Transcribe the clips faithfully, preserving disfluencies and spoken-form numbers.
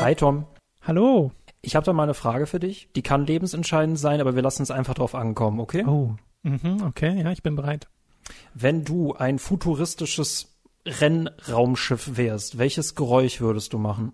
Hi Tom. Hallo. Ich habe da mal eine Frage für dich. Die kann lebensentscheidend sein, aber wir lassen es einfach drauf ankommen, okay? Oh, mhm, okay, ja, ich bin bereit. Wenn du ein futuristisches Rennraumschiff wärst, welches Geräusch würdest du machen?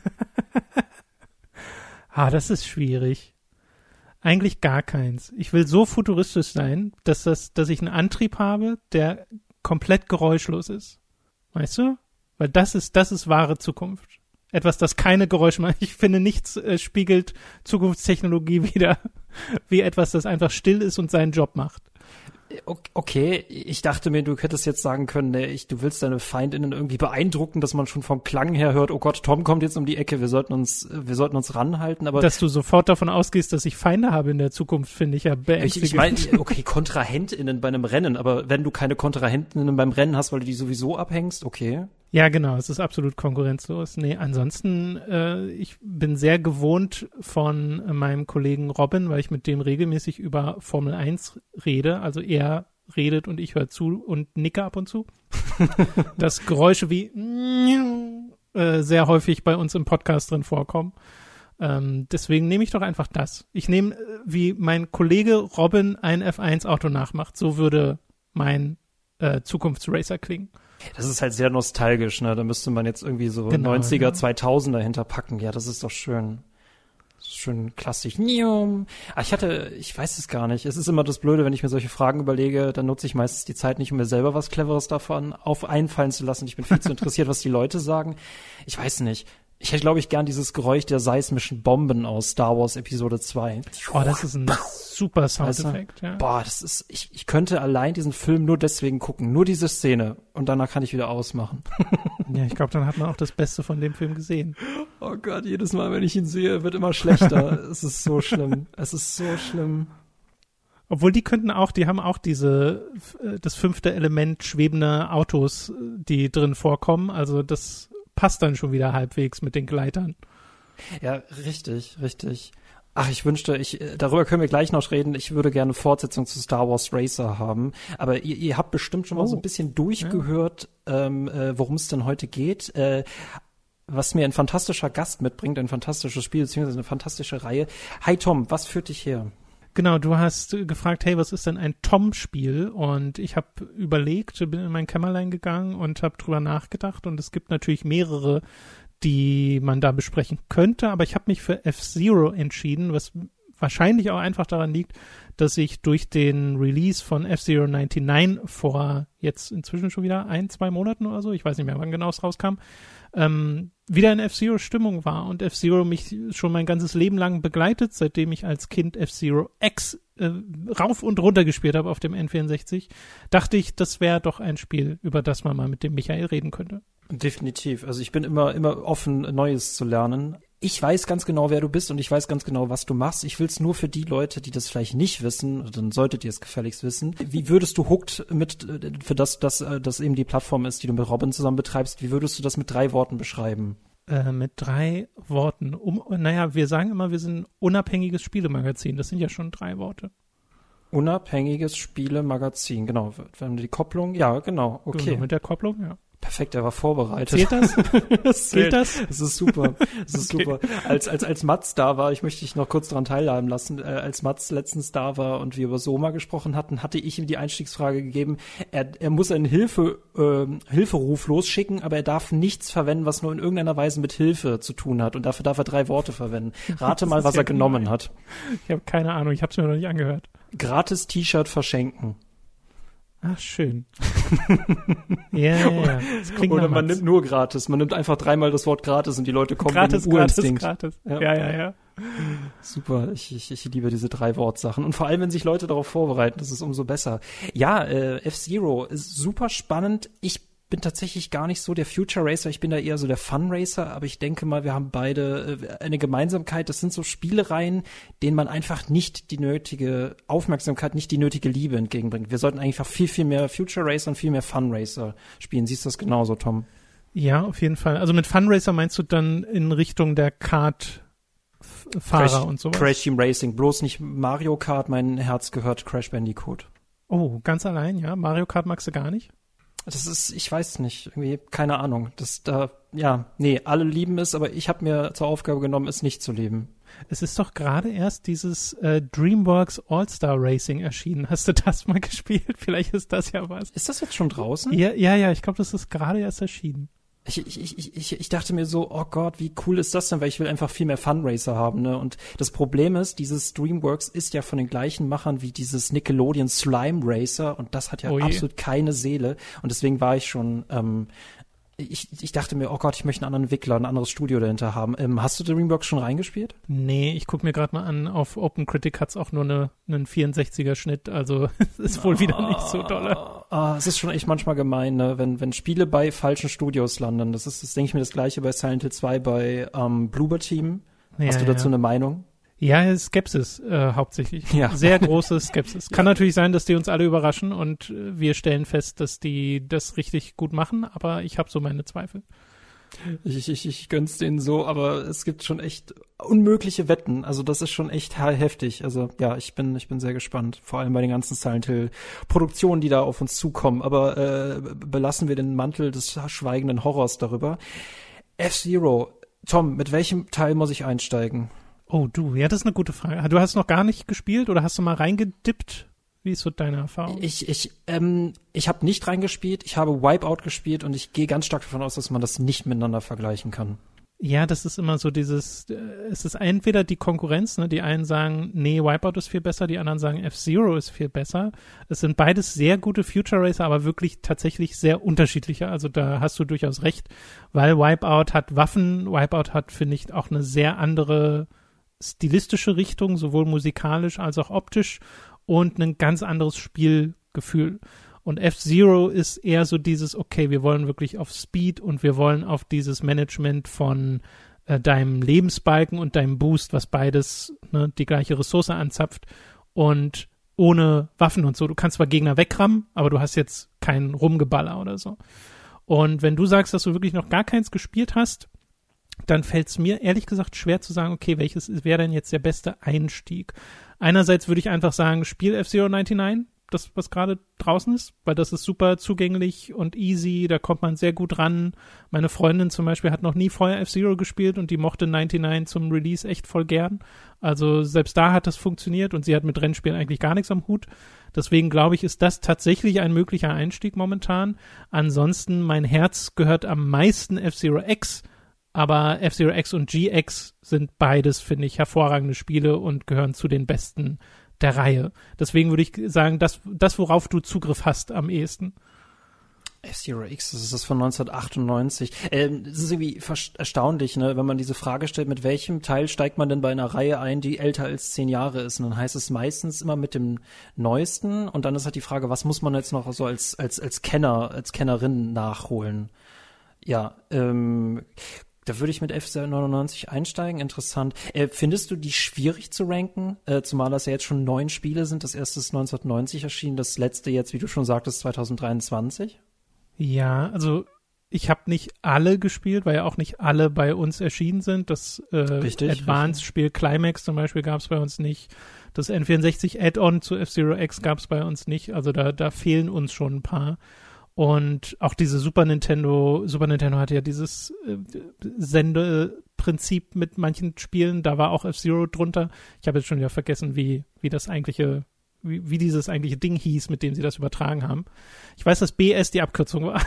Ah, das ist schwierig. Eigentlich gar keins. Ich will so futuristisch sein, dass das, dass ich einen Antrieb habe, der komplett geräuschlos ist. Weißt du? Weil das ist, das ist wahre Zukunft. Etwas, das keine Geräusche macht. Ich finde, nichts äh, spiegelt Zukunftstechnologie wider, wie etwas, das einfach still ist und seinen Job macht. Okay, ich dachte mir, du hättest jetzt sagen können, nee, ich, du willst deine FeindInnen irgendwie beeindrucken, dass man schon vom Klang her hört, oh Gott, Tom kommt jetzt um die Ecke, wir sollten uns, wir sollten uns ranhalten, aber. Dass du sofort davon ausgehst, dass ich Feinde habe in der Zukunft, finde ich ja beängstigend. Ich, ich meine, okay, KontrahentInnen bei einem Rennen, aber wenn du keine KontrahentInnen beim Rennen hast, weil du die sowieso abhängst, okay. Ja, genau, es ist absolut konkurrenzlos. Nee, ansonsten, äh, ich bin sehr gewohnt von äh, meinem Kollegen Robin, weil ich mit dem regelmäßig über Formel eins rede. Also er redet und ich höre zu und nicke ab und zu. Dass Geräusche wie äh, sehr häufig bei uns im Podcast drin vorkommen. Ähm, deswegen nehme ich doch einfach das. Ich nehme, äh, wie mein Kollege Robin ein F eins Auto nachmacht, so würde mein äh, Zukunftsracer klingen. Das ist halt sehr nostalgisch, ne? Da müsste man jetzt irgendwie so genau, neunziger, ja. zweitausender hinterpacken. Ja, das ist doch schön. Das ist schön klassisch. Aber ich hatte, ich weiß es gar nicht. Es ist immer das Blöde, wenn ich mir solche Fragen überlege, dann nutze ich meistens die Zeit nicht, um mir selber was Cleveres davon auf einfallen zu lassen. Ich bin viel zu interessiert, was die Leute sagen. Ich weiß nicht. Ich hätte, glaube ich, gern dieses Geräusch der seismischen Bomben aus Star Wars Episode zwei. Oh, das ist ein super Soundeffekt, ja. Boah, das ist, ich, ich könnte allein diesen Film nur deswegen gucken, nur diese Szene und danach kann ich wieder ausmachen. Ja, ich glaube, dann hat man auch das Beste von dem Film gesehen. Oh Gott, jedes Mal, wenn ich ihn sehe, wird immer schlechter. Es ist so schlimm. Es ist so schlimm. Obwohl die könnten auch, die haben auch diese, das fünfte Element schwebende Autos, die drin vorkommen. Also das passt dann schon wieder halbwegs mit den Gleitern. Ja, richtig, richtig. Ach, ich wünschte, ich, darüber können wir gleich noch reden. Ich würde gerne Fortsetzung zu Star Wars Racer haben. Aber ihr, ihr habt bestimmt schon mal oh, so ein bisschen durchgehört, ja. ähm, äh, worum es denn heute geht. Äh, was mir ein fantastischer Gast mitbringt, ein fantastisches Spiel, beziehungsweise eine fantastische Reihe. Hi Tom, was führt dich her? Genau, du hast gefragt, hey, was ist denn ein Tom-Spiel? Und ich habe überlegt, bin in mein Kämmerlein gegangen und habe drüber nachgedacht. Und es gibt natürlich mehrere, die man da besprechen könnte. Aber ich habe mich für F-Zero entschieden, was wahrscheinlich auch einfach daran liegt, dass ich durch den Release von F-Zero neunundneunzig vor jetzt inzwischen schon wieder ein, zwei Monaten oder so, ich weiß nicht mehr, wann genau es rauskam, ähm, wieder in F-Zero-Stimmung war und F-Zero mich schon mein ganzes Leben lang begleitet, seitdem ich als Kind F-Zero X äh, rauf und runter gespielt habe auf dem N vierundsechzig, dachte ich, das wäre doch ein Spiel, über das man mal mit dem Michael reden könnte. Definitiv. Also ich bin immer immer offen, Neues zu lernen. Ich weiß ganz genau, wer du bist und ich weiß ganz genau, was du machst. Ich will es nur für die Leute, die das vielleicht nicht wissen, dann solltet ihr es gefälligst wissen. Wie würdest du Hooked mit, für das, dass das eben die Plattform ist, die du mit Robin zusammen betreibst, wie würdest du das mit drei Worten beschreiben? Äh, mit drei Worten. Um, naja, wir sagen immer, wir sind ein unabhängiges Spielemagazin. Das sind ja schon drei Worte. Unabhängiges Spielemagazin, genau. Wenn die Kopplung, ja, genau, okay. Genau, mit der Kopplung, ja. Perfekt, er war vorbereitet. Zählt das? das zählt das? Das ist super. Das ist okay. Super. Als, als, als Mats da war, ich möchte dich noch kurz daran teilhaben lassen, äh, als Mats letztens da war und wir über Soma gesprochen hatten, hatte ich ihm die Einstiegsfrage gegeben, er, er muss einen Hilfe, äh, Hilferuf losschicken, aber er darf nichts verwenden, was nur in irgendeiner Weise mit Hilfe zu tun hat und dafür darf er drei Worte verwenden. Rate mal, was er genommen gemein. hat. Ich habe keine Ahnung, ich habe es mir noch nicht angehört. Gratis T-Shirt verschenken. Ach, schön. Ja, ja, ja. Das klingt Oder nach man Mats. nimmt nur gratis. Man nimmt einfach dreimal das Wort gratis und die Leute kommen gratis, mit dem gratis, Urinstinkt. gratis. Ja. ja, ja, ja. Super, ich, ich, ich liebe diese drei Wortsachen. Und vor allem, wenn sich Leute darauf vorbereiten, das ist umso besser. Ja, äh, F-Zero ist super spannend. Ich bin tatsächlich gar nicht so der Future Racer, ich bin da eher so der Fun Racer, aber ich denke mal, wir haben beide äh, eine Gemeinsamkeit. Das sind so Spielereien, denen man einfach nicht die nötige Aufmerksamkeit, nicht die nötige Liebe entgegenbringt. Wir sollten einfach viel, viel mehr Future Racer und viel mehr Fun Racer spielen. Siehst du das genauso, Tom? Ja, auf jeden Fall. Also mit Fun Racer meinst du dann in Richtung der Kart Fahrer Crash, und sowas? Crash Team Racing, bloß nicht Mario Kart, mein Herz gehört Crash Bandicoot. Oh, ganz allein, ja? Mario Kart magst du gar nicht? Das ist, ich weiß nicht, irgendwie, keine Ahnung. Das da, ja, nee, alle lieben es, aber ich habe mir zur Aufgabe genommen, es nicht zu lieben. Es ist doch gerade erst dieses äh, DreamWorks All-Star Racing erschienen. Hast du das mal gespielt? Vielleicht ist das ja was. Ist das jetzt schon draußen? Ja, ja, ja, ich glaube, das ist gerade erst erschienen. Ich, ich, ich, ich, ich dachte mir so, oh Gott, wie cool ist das denn, weil ich will einfach viel mehr Funracer haben, ne? Und das Problem ist, dieses DreamWorks ist ja von den gleichen Machern wie dieses Nickelodeon Slime Racer und das hat ja Oh je. absolut keine Seele und deswegen war ich schon, ähm, ich, ich dachte mir, oh Gott, ich möchte einen anderen Entwickler, ein anderes Studio dahinter haben. Ähm, hast du DreamWorks schon reingespielt? Nee, ich gucke mir gerade mal an, auf OpenCritic hat's auch nur eine, einen vierundsechziger Schnitt, also es ist wohl wieder nicht so dolle. Ah, es ist schon echt manchmal gemein, ne? wenn, wenn Spiele bei falschen Studios landen. Das ist, das denke ich mir, das Gleiche bei Silent Hill zwei bei ähm, Bloober Team. Ja, Hast du dazu ja. eine Meinung? Ja, Skepsis äh, hauptsächlich. Ja. Sehr große Skepsis. Kann natürlich sein, dass die uns alle überraschen und äh, wir stellen fest, dass die das richtig gut machen, aber ich habe so meine Zweifel. Ich, ich, ich gönn's denen so, aber es gibt schon echt unmögliche Wetten. Also das ist schon echt he- heftig. Also ja, ich bin ich bin sehr gespannt. Vor allem bei den ganzen Silent Hill Produktionen, die da auf uns zukommen. Aber äh, belassen wir den Mantel des schweigenden Horrors darüber. F-Zero. Tom, mit welchem Teil muss ich einsteigen? Oh, du, ja, das ist eine gute Frage. Du hast noch gar nicht gespielt oder hast du mal reingedippt? Wie ist so deine Erfahrung? Ich, ich, ähm, ich habe nicht reingespielt, ich habe Wipeout gespielt und ich gehe ganz stark davon aus, dass man das nicht miteinander vergleichen kann. Ja, das ist immer so dieses, äh, es ist entweder die Konkurrenz, ne? Die einen sagen, nee, Wipeout ist viel besser, die anderen sagen, F-Zero ist viel besser. Es sind beides sehr gute Future Racer, aber wirklich tatsächlich sehr unterschiedliche. Also da hast du durchaus recht, weil Wipeout hat Waffen, Wipeout hat, finde ich, auch eine sehr andere stilistische Richtung, sowohl musikalisch als auch optisch und ein ganz anderes Spielgefühl. Und F-Zero ist eher so dieses, okay, wir wollen wirklich auf Speed und wir wollen auf dieses Management von äh, deinem Lebensbalken und deinem Boost, was beides ne, die gleiche Ressource anzapft und ohne Waffen und so. Du kannst zwar Gegner wegrammen, aber du hast jetzt keinen Rumgeballer oder so. Und wenn du sagst, dass du wirklich noch gar keins gespielt hast, dann fällt es mir ehrlich gesagt schwer zu sagen, okay, welches wäre denn jetzt der beste Einstieg? Einerseits würde ich einfach sagen, spiel F-Zero neunundneunzig, das, was gerade draußen ist, weil das ist super zugänglich und easy, da kommt man sehr gut ran. Meine Freundin zum Beispiel hat noch nie vorher F-Zero gespielt und die mochte neunundneunzig zum Release echt voll gern. Also selbst da hat das funktioniert und sie hat mit Rennspielen eigentlich gar nichts am Hut. Deswegen glaube ich, ist das tatsächlich ein möglicher Einstieg momentan. Ansonsten, mein Herz gehört am meisten F-Zero X, aber F-Zero X und G X sind beides, finde ich, hervorragende Spiele und gehören zu den besten der Reihe. Deswegen würde ich sagen, das, das, worauf du Zugriff hast am ehesten. F-Zero X, das ist das von neunzehnhundertachtundneunzig. Ähm, das ist irgendwie erstaunlich, ne, wenn man diese Frage stellt, mit welchem Teil steigt man denn bei einer Reihe ein, die älter als zehn Jahre ist? Und dann heißt es meistens immer mit dem Neuesten. Und dann ist halt die Frage, was muss man jetzt noch so als, als, als Kenner, als Kennerin nachholen? Ja, ähm, da würde ich mit F-Zero neunundneunzig einsteigen. Interessant. Äh, findest du die schwierig zu ranken? Äh, zumal das ja jetzt schon neun Spiele sind. Das erste ist neunzehnhundertneunzig erschienen, das letzte jetzt, wie du schon sagtest, zweitausenddreiundzwanzig. Ja, also ich habe nicht alle gespielt, weil ja auch nicht alle bei uns erschienen sind. Das äh, Advanced-Spiel Climax zum Beispiel gab es bei uns nicht. Das N vierundsechzig Add-on zu F-Zero X gab es bei uns nicht. Also da, da fehlen uns schon ein paar. Und auch diese Super Nintendo, Super Nintendo hatte ja dieses äh, Sendeprinzip mit manchen Spielen, da war auch F-Zero drunter. Ich habe jetzt schon wieder vergessen, wie, wie das eigentliche, wie, wie dieses eigentliche Ding hieß, mit dem sie das übertragen haben. Ich weiß, dass B S die Abkürzung war.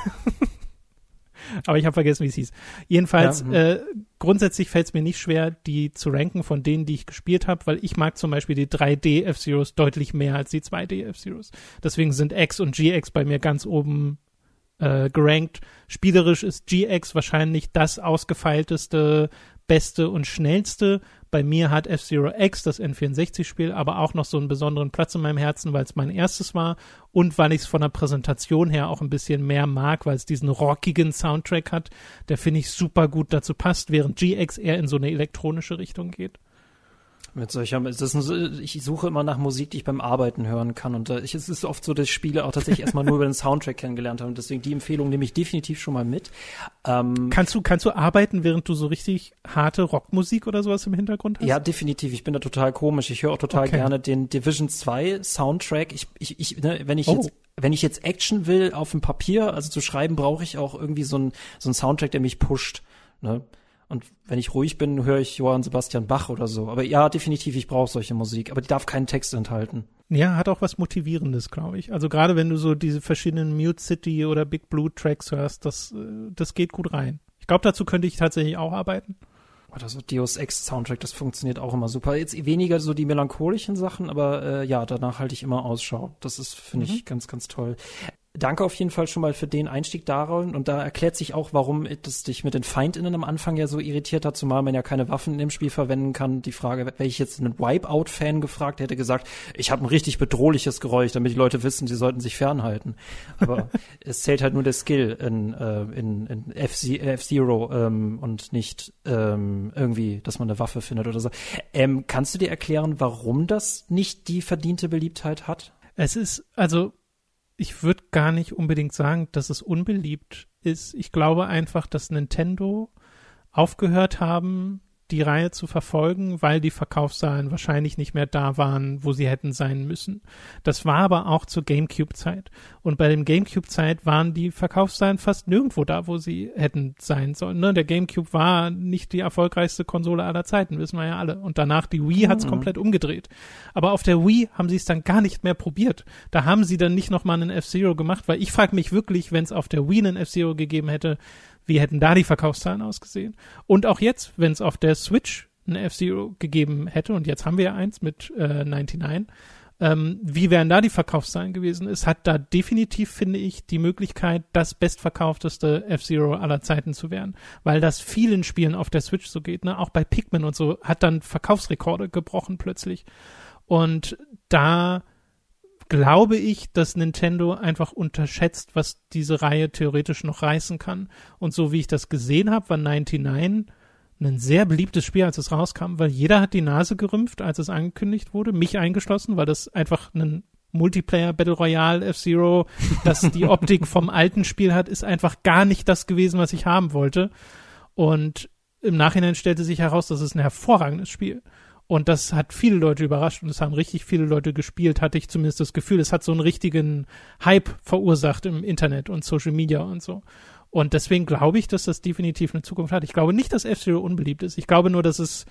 Aber ich habe vergessen, wie es hieß. Jedenfalls, ja, äh, grundsätzlich fällt es mir nicht schwer, die zu ranken von denen, die ich gespielt habe, weil ich mag zum Beispiel die drei D F-Zeros deutlich mehr als die zwei D F-Zeros. Deswegen sind X und G X bei mir ganz oben äh, gerankt. Spielerisch ist G X wahrscheinlich das ausgefeilteste, beste und schnellste. Bei mir hat F-Zero X, das N vierundsechzig-Spiel, aber auch noch so einen besonderen Platz in meinem Herzen, weil es mein erstes war und weil ich es von der Präsentation her auch ein bisschen mehr mag, weil es diesen rockigen Soundtrack hat, der, finde ich, super gut dazu passt, während G X eher in so eine elektronische Richtung geht. Mit solcher, das ist ein, ich suche immer nach Musik, die ich beim Arbeiten hören kann und äh, ich, es ist oft so, dass ich Spiele auch tatsächlich erstmal nur über den Soundtrack kennengelernt habe und deswegen die Empfehlung nehme ich definitiv schon mal mit. Ähm, kannst du, kannst du arbeiten, während du so richtig harte Rockmusik oder sowas im Hintergrund hast? Ja, definitiv. Ich bin da total komisch. Ich höre auch total okay. gerne den Division zwei Soundtrack. Ich, ich, ich, ne, wenn ich oh. jetzt wenn ich jetzt Action will auf dem Papier, also zu schreiben, brauche ich auch irgendwie so einen so einen Soundtrack, der mich pusht, ne? Und wenn ich ruhig bin, höre ich Johann Sebastian Bach oder so. Aber ja, definitiv, ich brauche solche Musik. Aber die darf keinen Text enthalten. Ja, hat auch was Motivierendes, glaube ich. Also gerade wenn du so diese verschiedenen Mute City oder Big Blue Tracks hörst, das, das geht gut rein. Ich glaube, dazu könnte ich tatsächlich auch arbeiten. Oder so Deus Ex Soundtrack, das funktioniert auch immer super. Jetzt weniger so die melancholischen Sachen, aber äh, ja, danach halte ich immer Ausschau. Das ist, finde mhm. ich, ganz, ganz toll. Danke auf jeden Fall schon mal für den Einstieg darin. Und da erklärt sich auch, warum das dich mit den FeindInnen am Anfang ja so irritiert hat, zumal man ja keine Waffen im Spiel verwenden kann. Die Frage, wäre ich jetzt einen Wipeout-Fan gefragt, der hätte gesagt, ich habe ein richtig bedrohliches Geräusch, damit die Leute wissen, sie sollten sich fernhalten. Aber es zählt halt nur der Skill in, äh, in, in F-Zero ähm, und nicht ähm, irgendwie, dass man eine Waffe findet oder so. Ähm, kannst du dir erklären, warum das nicht die verdiente Beliebtheit hat? Es ist, also ich würde gar nicht unbedingt sagen, dass es unbeliebt ist. Ich glaube einfach, dass Nintendo aufgehört haben, die Reihe zu verfolgen, weil die Verkaufszahlen wahrscheinlich nicht mehr da waren, wo sie hätten sein müssen. Das war aber auch zur GameCube-Zeit. Und bei dem GameCube-Zeit waren die Verkaufszahlen fast nirgendwo da, wo sie hätten sein sollen. Ne? Der GameCube war nicht die erfolgreichste Konsole aller Zeiten, wissen wir ja alle. Und danach die Wii hat's mhm. komplett umgedreht. Aber auf der Wii haben sie es dann gar nicht mehr probiert. Da haben sie dann nicht nochmal einen F-Zero gemacht, weil ich frage mich wirklich, wenn es auf der Wii einen F-Zero gegeben hätte, wie hätten da die Verkaufszahlen ausgesehen? Und auch jetzt, wenn es auf der Switch ein F-Zero gegeben hätte, und jetzt haben wir ja eins mit äh, neunundneunzig, ähm, wie wären da die Verkaufszahlen gewesen? Es hat da definitiv, finde ich, die Möglichkeit, das bestverkaufteste F-Zero aller Zeiten zu werden, weil das vielen Spielen auf der Switch so geht, ne? Auch bei Pikmin und so hat dann Verkaufsrekorde gebrochen plötzlich. Und da glaube ich, dass Nintendo einfach unterschätzt, was diese Reihe theoretisch noch reißen kann. Und so wie ich das gesehen habe, war neunundneunzig ein sehr beliebtes Spiel, als es rauskam, weil jeder hat die Nase gerümpft, als es angekündigt wurde, mich eingeschlossen, weil das einfach ein Multiplayer Battle Royale F-Zero, das die Optik vom alten Spiel hat, ist einfach gar nicht das gewesen, was ich haben wollte. Und im Nachhinein stellte sich heraus, das ist ein hervorragendes Spiel. Und das hat viele Leute überrascht und es haben richtig viele Leute gespielt, hatte ich zumindest das Gefühl. Es hat so einen richtigen Hype verursacht im Internet und Social Media und so. Und deswegen glaube ich, dass das definitiv eine Zukunft hat. Ich glaube nicht, dass F-Zero unbeliebt ist. Ich glaube nur, dass es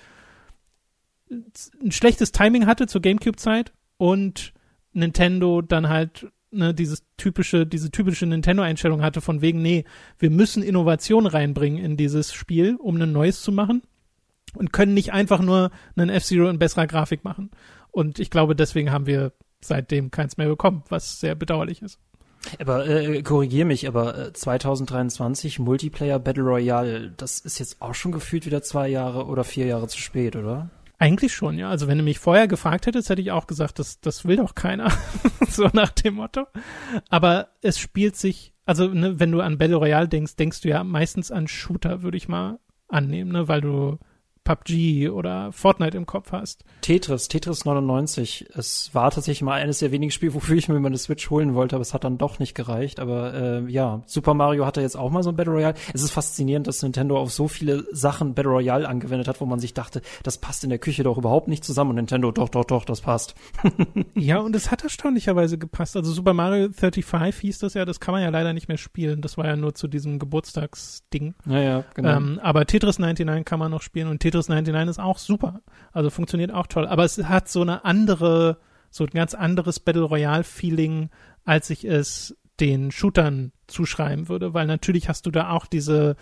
ein schlechtes Timing hatte zur GameCube-Zeit und Nintendo dann halt ne, dieses typische, diese typische Nintendo-Einstellung hatte von wegen, nee, wir müssen Innovation reinbringen in dieses Spiel, um ein neues zu machen. Und können nicht einfach nur einen F-Zero in besserer Grafik machen. Und ich glaube, deswegen haben wir seitdem keins mehr bekommen, was sehr bedauerlich ist. Aber äh, korrigier mich, aber äh, zwanzig dreiundzwanzig Multiplayer Battle Royale, das ist jetzt auch schon gefühlt wieder zwei Jahre oder vier Jahre zu spät, oder? Eigentlich schon, ja. Also wenn du mich vorher gefragt hättest, hätte ich auch gesagt, das, das will doch keiner. So nach dem Motto. Aber es spielt sich, also ne, wenn du an Battle Royale denkst, denkst du ja meistens an Shooter, würde ich mal annehmen, ne, weil du P U B G oder Fortnite im Kopf hast. Tetris, Tetris neunundneunzig. Es war tatsächlich mal eines der wenigen Spiele, wofür ich mir mal eine Switch holen wollte, aber es hat dann doch nicht gereicht. Aber äh, ja, Super Mario hatte jetzt auch mal so ein Battle Royale. Es ist faszinierend, dass Nintendo auf so viele Sachen Battle Royale angewendet hat, wo man sich dachte, das passt in der Küche doch überhaupt nicht zusammen. Und Nintendo, doch, doch, doch, das passt. Ja, und es hat erstaunlicherweise gepasst. Also Super Mario fünfunddreißig hieß das ja, das kann man ja leider nicht mehr spielen. Das war ja nur zu diesem Geburtstagsding. Ja, ja, genau. Ähm, aber Tetris neunundneunzig kann man noch spielen und Tetris neunundneunzig ist auch super. Also funktioniert auch toll. Aber es hat so eine andere, so ein ganz anderes Battle Royale-Feeling, als ich es den Shootern zuschreiben würde, weil natürlich hast du da auch diese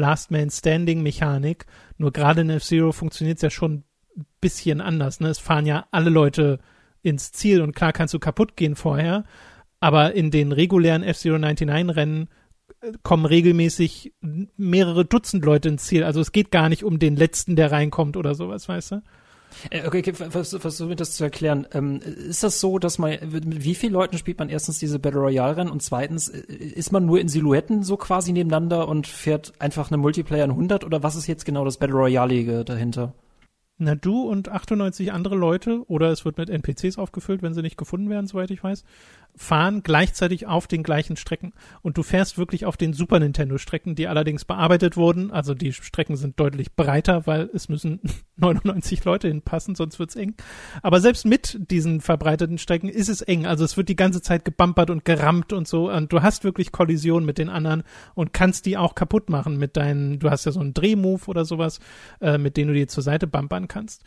Last-Man-Standing-Mechanik. Nur gerade in F-Zero funktioniert es ja schon ein bisschen anders. Ne? Es fahren ja alle Leute ins Ziel und klar kannst du kaputt gehen vorher, aber in den regulären F-Zero neunundneunzig-Rennen kommen regelmäßig mehrere Dutzend Leute ins Ziel. Also es geht gar nicht um den Letzten, der reinkommt oder sowas, weißt du? Äh, okay, okay, versuch mir das zu erklären. Ähm, ist das so, dass man, mit wie vielen Leuten spielt man erstens diese Battle Royale-Rennen und zweitens, ist man nur in Silhouetten so quasi nebeneinander und fährt einfach eine Multiplayer in hundert oder was ist jetzt genau das Battle Royale dahinter? Na, du und achtundneunzig andere Leute, oder es wird mit N P Cs aufgefüllt, wenn sie nicht gefunden werden, soweit ich weiß, fahren gleichzeitig auf den gleichen Strecken. Und du fährst wirklich auf den Super Nintendo-Strecken, die allerdings bearbeitet wurden. Also die Strecken sind deutlich breiter, weil es müssen neunundneunzig Leute hinpassen, sonst wird's eng. Aber selbst mit diesen verbreiteten Strecken ist es eng. Also es wird die ganze Zeit gebumpert und gerammt und so. Und du hast wirklich Kollisionen mit den anderen und kannst die auch kaputt machen mit deinen, du hast ja so einen Drehmove oder sowas, äh, mit denen du dir zur Seite bumpern kannst.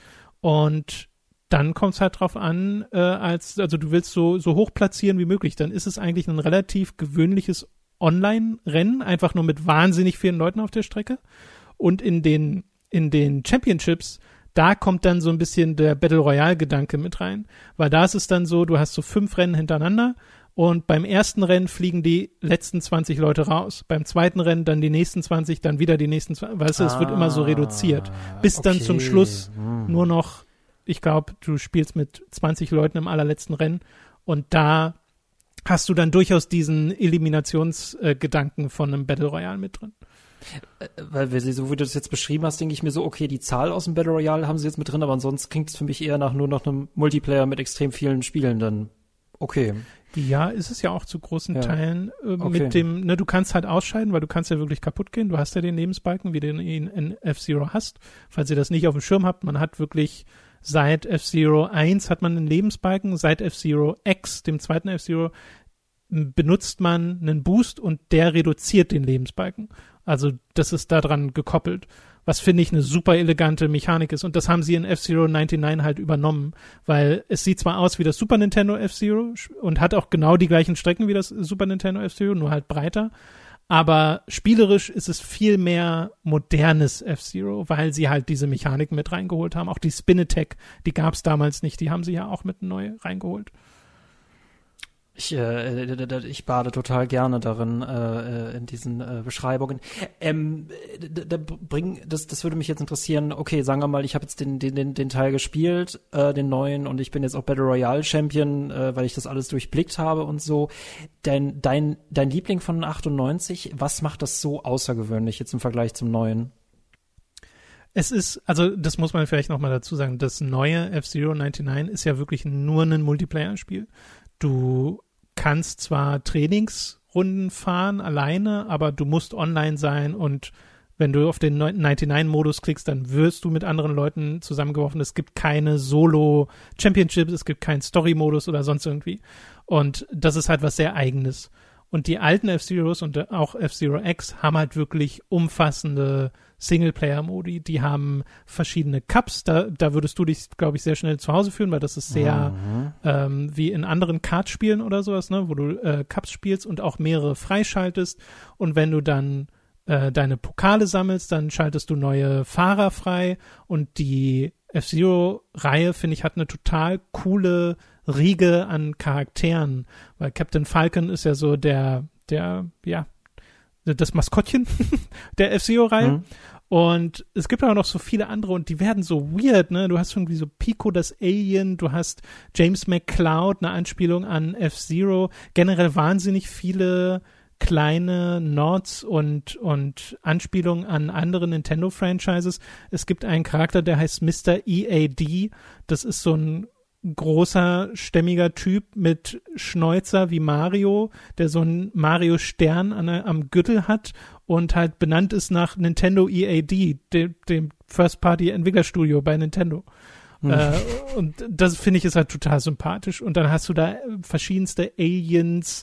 Und dann kommt es halt drauf an, äh, als, also du willst so, so hoch platzieren wie möglich, dann ist es eigentlich ein relativ gewöhnliches Online-Rennen, einfach nur mit wahnsinnig vielen Leuten auf der Strecke. Und in den, in den Championships, da kommt dann so ein bisschen der Battle Royale-Gedanke mit rein. Weil da ist es dann so, du hast so fünf Rennen hintereinander und beim ersten Rennen fliegen die letzten zwanzig Leute raus. Beim zweiten Rennen dann die nächsten zwanzig, dann wieder die nächsten zwanzig. Weißt du, es ah, wird immer so reduziert. Bis okay. dann zum Schluss hm. nur noch, ich glaube, du spielst mit zwanzig Leuten im allerletzten Rennen und da hast du dann durchaus diesen Eliminationsgedanken äh, von einem Battle Royale mit drin. Weil, weil so wie du das jetzt beschrieben hast, denke ich mir so, okay, die Zahl aus dem Battle Royale haben sie jetzt mit drin, aber ansonsten klingt es für mich eher nach nur noch einem Multiplayer mit extrem vielen Spielen dann. Okay. Ja, ist es ja auch zu großen ja. Teilen äh, okay. mit dem, ne, du kannst halt ausscheiden, weil du kannst ja wirklich kaputt gehen. Du hast ja den Lebensbalken, wie du ihn in F-Zero hast. Falls ihr das nicht auf dem Schirm habt, man hat wirklich seit F-Zero eins hat man einen Lebensbalken, seit F-Zero X, dem zweiten F-Zero, benutzt man einen Boost und der reduziert den Lebensbalken. Also das ist daran gekoppelt, was finde ich eine super elegante Mechanik ist. Und das haben sie in F-Zero neunundneunzig halt übernommen, weil es sieht zwar aus wie das Super Nintendo F-Zero und hat auch genau die gleichen Strecken wie das Super Nintendo F-Zero, nur halt breiter. Aber spielerisch ist es viel mehr modernes F-Zero, weil sie halt diese Mechaniken mit reingeholt haben. Auch die Spin-Attack, die gab es damals nicht, die haben sie ja auch mit neu reingeholt. Ich, äh, ich bade total gerne darin, äh, in diesen äh, Beschreibungen. Ähm, da, da bring, das, das würde mich jetzt interessieren, okay, sagen wir mal, ich habe jetzt den, den, den, den Teil gespielt, äh, den neuen, und ich bin jetzt auch Battle Royale Champion, äh, weil ich das alles durchblickt habe und so. Dein, dein, dein Liebling von achtundneunzig, was macht das so außergewöhnlich jetzt im Vergleich zum neuen? Es ist, also das muss man vielleicht nochmal dazu sagen, das neue F-Zero neunundneunzig ist ja wirklich nur ein Multiplayer-Spiel. Du kannst zwar Trainingsrunden fahren alleine, aber du musst online sein und wenn du auf den neunundneunzig-Modus klickst, dann wirst du mit anderen Leuten zusammengeworfen. Es gibt keine Solo-Championships, es gibt keinen Story-Modus oder sonst irgendwie. Und das ist halt was sehr Eigenes. Und die alten F-Zeros und auch F-Zero X haben halt wirklich umfassende Singleplayer-Modi. Die haben verschiedene Cups. Da, da würdest du dich, glaube ich, sehr schnell zu Hause fühlen, weil das ist sehr mhm. ähm, wie in anderen Kartspielen oder sowas, ne, wo du äh, Cups spielst und auch mehrere freischaltest. Und wenn du dann äh, deine Pokale sammelst, dann schaltest du neue Fahrer frei. Und die F-Zero-Reihe, finde ich, hat eine total coole Riege an Charakteren, weil Captain Falcon ist ja so der, der, ja, das Maskottchen der F-Zero-Reihe. Mhm. Und es gibt aber noch so viele andere und die werden so weird, ne? Du hast irgendwie so Pico, das Alien, du hast James McCloud, eine Anspielung an F-Zero. Generell wahnsinnig viele kleine Nods und, und Anspielungen an andere Nintendo-Franchises. Es gibt einen Charakter, der heißt Mister E A D. Das ist so ein großer, stämmiger Typ mit Schnäuzer wie Mario, der so einen Mario-Stern an, am Gürtel hat und halt benannt ist nach Nintendo E A D, dem, dem First-Party-Entwicklerstudio bei Nintendo. Mhm. Äh, und das finde ich ist halt total sympathisch. Und dann hast du da verschiedenste Aliens,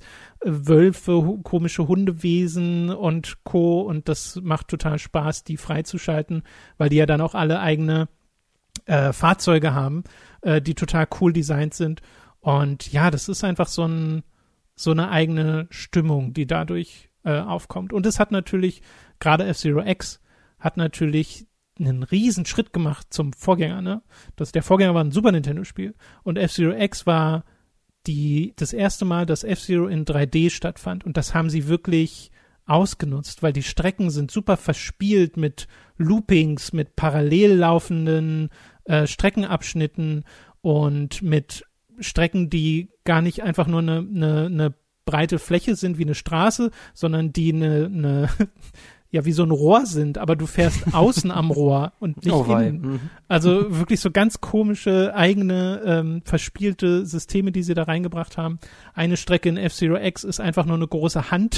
Wölfe, komische Hundewesen und Co. Und das macht total Spaß, die freizuschalten, weil die ja dann auch alle eigene äh, Fahrzeuge haben, äh, die total cool designt sind. Und ja, das ist einfach so ein so eine eigene Stimmung, die dadurch äh, aufkommt. Und es hat natürlich, gerade F-Zero X hat natürlich einen riesen Schritt gemacht zum Vorgänger, ne? Das, der Vorgänger war ein Super Nintendo-Spiel und F-Zero X war die, das erste Mal, dass F-Zero in drei D stattfand und das haben sie wirklich ausgenutzt, weil die Strecken sind super verspielt mit Loopings, mit parallel laufenden äh, Streckenabschnitten und mit Strecken, die gar nicht einfach nur eine, eine, eine breite Fläche sind wie eine Straße, sondern die eine, eine ja wie so ein Rohr sind, aber du fährst außen am Rohr und nicht oh, innen. Mhm. Also wirklich so ganz komische, eigene, ähm, verspielte Systeme, die sie da reingebracht haben. Eine Strecke in F-Zero X ist einfach nur eine große Hand,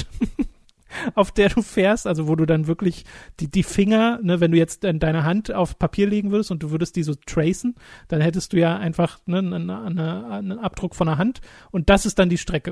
auf der du fährst, also wo du dann wirklich die, die Finger, ne, wenn du jetzt deine Hand auf Papier legen würdest und du würdest die so tracen, dann hättest du ja einfach ne, eine, eine, einen Abdruck von der Hand und das ist dann die Strecke.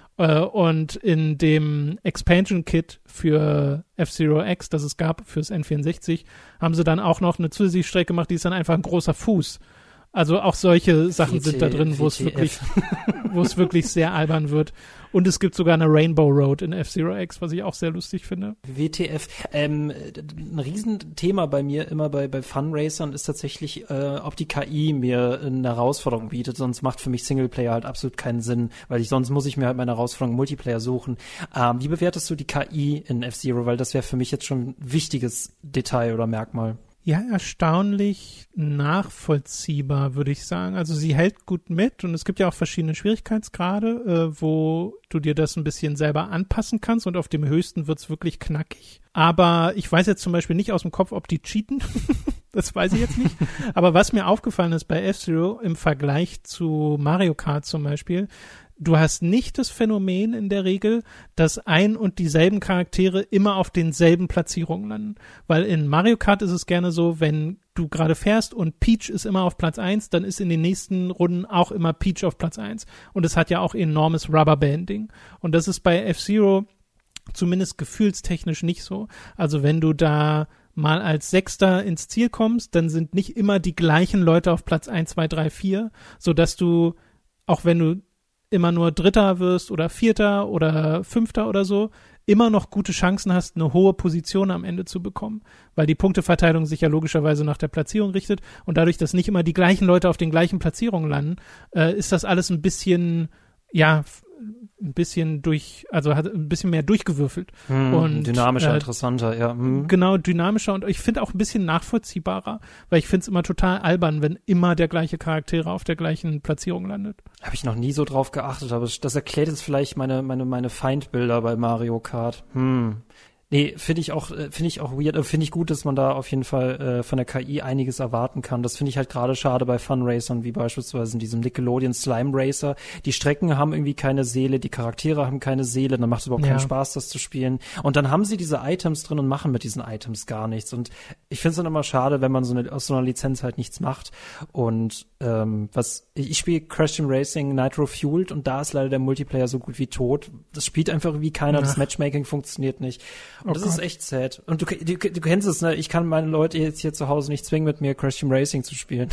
Und in dem Expansion Kit für F-Zero X, das es gab fürs N vierundsechzig, haben sie dann auch noch eine zusätzliche Strecke gemacht, die ist dann einfach ein großer Fuß. Also auch solche Sachen V T, sind da drin, wo es V T F. wirklich, wo es wirklich sehr albern wird. Und es gibt sogar eine Rainbow Road in F-Zero X, was ich auch sehr lustig finde. W T F. Ähm, ein Riesenthema bei mir immer bei, bei Funracern ist tatsächlich, äh, ob die K I mir eine Herausforderung bietet. Sonst macht für mich Singleplayer halt absolut keinen Sinn, weil ich sonst muss ich mir halt meine Herausforderung im Multiplayer suchen. Ähm, wie bewertest du die K I in F-Zero? Weil das wäre für mich jetzt schon ein wichtiges Detail oder Merkmal. Ja, erstaunlich nachvollziehbar, würde ich sagen. Also sie hält gut mit und es gibt ja auch verschiedene Schwierigkeitsgrade, äh, wo du dir das ein bisschen selber anpassen kannst und auf dem höchsten wird's wirklich knackig. Aber ich weiß jetzt zum Beispiel nicht aus dem Kopf, ob die cheaten. Das weiß ich jetzt nicht. Aber was mir aufgefallen ist bei F-Zero im Vergleich zu Mario Kart zum Beispiel, du hast nicht das Phänomen in der Regel, dass ein und dieselben Charaktere immer auf denselben Platzierungen landen. Weil in Mario Kart ist es gerne so, wenn du gerade fährst und Peach ist immer auf Platz eins, dann ist in den nächsten Runden auch immer Peach auf Platz eins. Und es hat ja auch enormes Rubberbanding. Und das ist bei F-Zero zumindest gefühlstechnisch nicht so. Also wenn du da mal als Sechster ins Ziel kommst, dann sind nicht immer die gleichen Leute auf Platz eins, zwei, drei, vier, sodass du, auch wenn du immer nur Dritter wirst oder Vierter oder Fünfter oder so, immer noch gute Chancen hast, eine hohe Position am Ende zu bekommen, weil die Punkteverteilung sich ja logischerweise nach der Platzierung richtet und dadurch, dass nicht immer die gleichen Leute auf den gleichen Platzierungen landen, äh, ist das alles ein bisschen, ja, ein bisschen durch, also hat ein bisschen mehr durchgewürfelt. Hm, und dynamischer, äh, interessanter, ja. Hm. Genau, dynamischer und ich finde auch ein bisschen nachvollziehbarer, weil ich finde es immer total albern, wenn immer der gleiche Charaktere auf der gleichen Platzierung landet. Habe ich noch nie so drauf geachtet, aber das erklärt jetzt vielleicht meine, meine, meine Feindbilder bei Mario Kart. Hm. Nee, finde ich auch, finde ich auch weird, finde ich gut, dass man da auf jeden Fall äh, von der K I einiges erwarten kann. Das finde ich halt gerade schade bei Funracern, wie beispielsweise in diesem Nickelodeon Slime Racer. Die Strecken haben irgendwie keine Seele, die Charaktere haben keine Seele, dann macht es überhaupt ja. keinen Spaß, das zu spielen. Und dann haben sie diese Items drin und machen mit diesen Items gar nichts. Und ich finde es dann immer schade, wenn man so eine, aus so einer Lizenz halt nichts macht. Und ähm, was ich, ich spiele Crash Team Racing Nitro Fueled und da ist leider der Multiplayer so gut wie tot. Das spielt einfach wie keiner, Ach. das Matchmaking funktioniert nicht. Und oh das Gott. ist echt sad. Und du, du, du kennst es, ne? Ich kann meine Leute jetzt hier zu Hause nicht zwingen, mit mir Crash Team Racing zu spielen.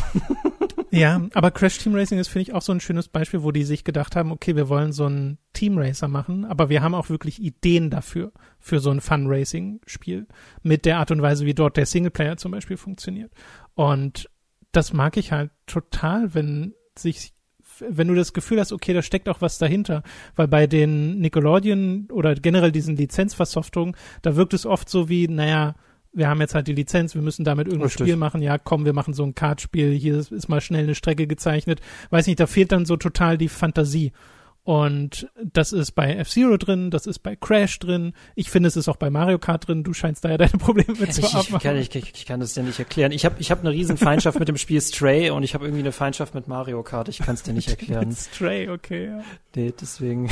Ja, aber Crash Team Racing ist, finde ich, auch so ein schönes Beispiel, wo die sich gedacht haben, okay, wir wollen so einen Team Racer machen, aber wir haben auch wirklich Ideen dafür, für so ein Fun-Racing-Spiel, mit der Art und Weise, wie dort der Singleplayer zum Beispiel funktioniert. Und das mag ich halt total, wenn sich wenn du das Gefühl hast, okay, da steckt auch was dahinter, weil bei den Nickelodeon oder generell diesen Lizenzversoftungen, da wirkt es oft so wie, naja, wir haben jetzt halt die Lizenz, wir müssen damit irgendein Richtig. Spiel machen, ja komm, wir machen so ein Kartspiel, hier ist mal schnell eine Strecke gezeichnet, weiß nicht, da fehlt dann so total die Fantasie. Und das ist bei F-Zero drin, das ist bei Crash drin. Ich finde, es ist auch bei Mario Kart drin. Du scheinst da ja deine Probleme mit zu ich, haben. Ich kann, ich, ich kann das dir nicht erklären. Ich habe ich hab eine riesen Feindschaft mit dem Spiel Stray und ich habe irgendwie eine Feindschaft mit Mario Kart. Ich kann es dir nicht erklären. Mit Stray, okay, ja. Nee, deswegen.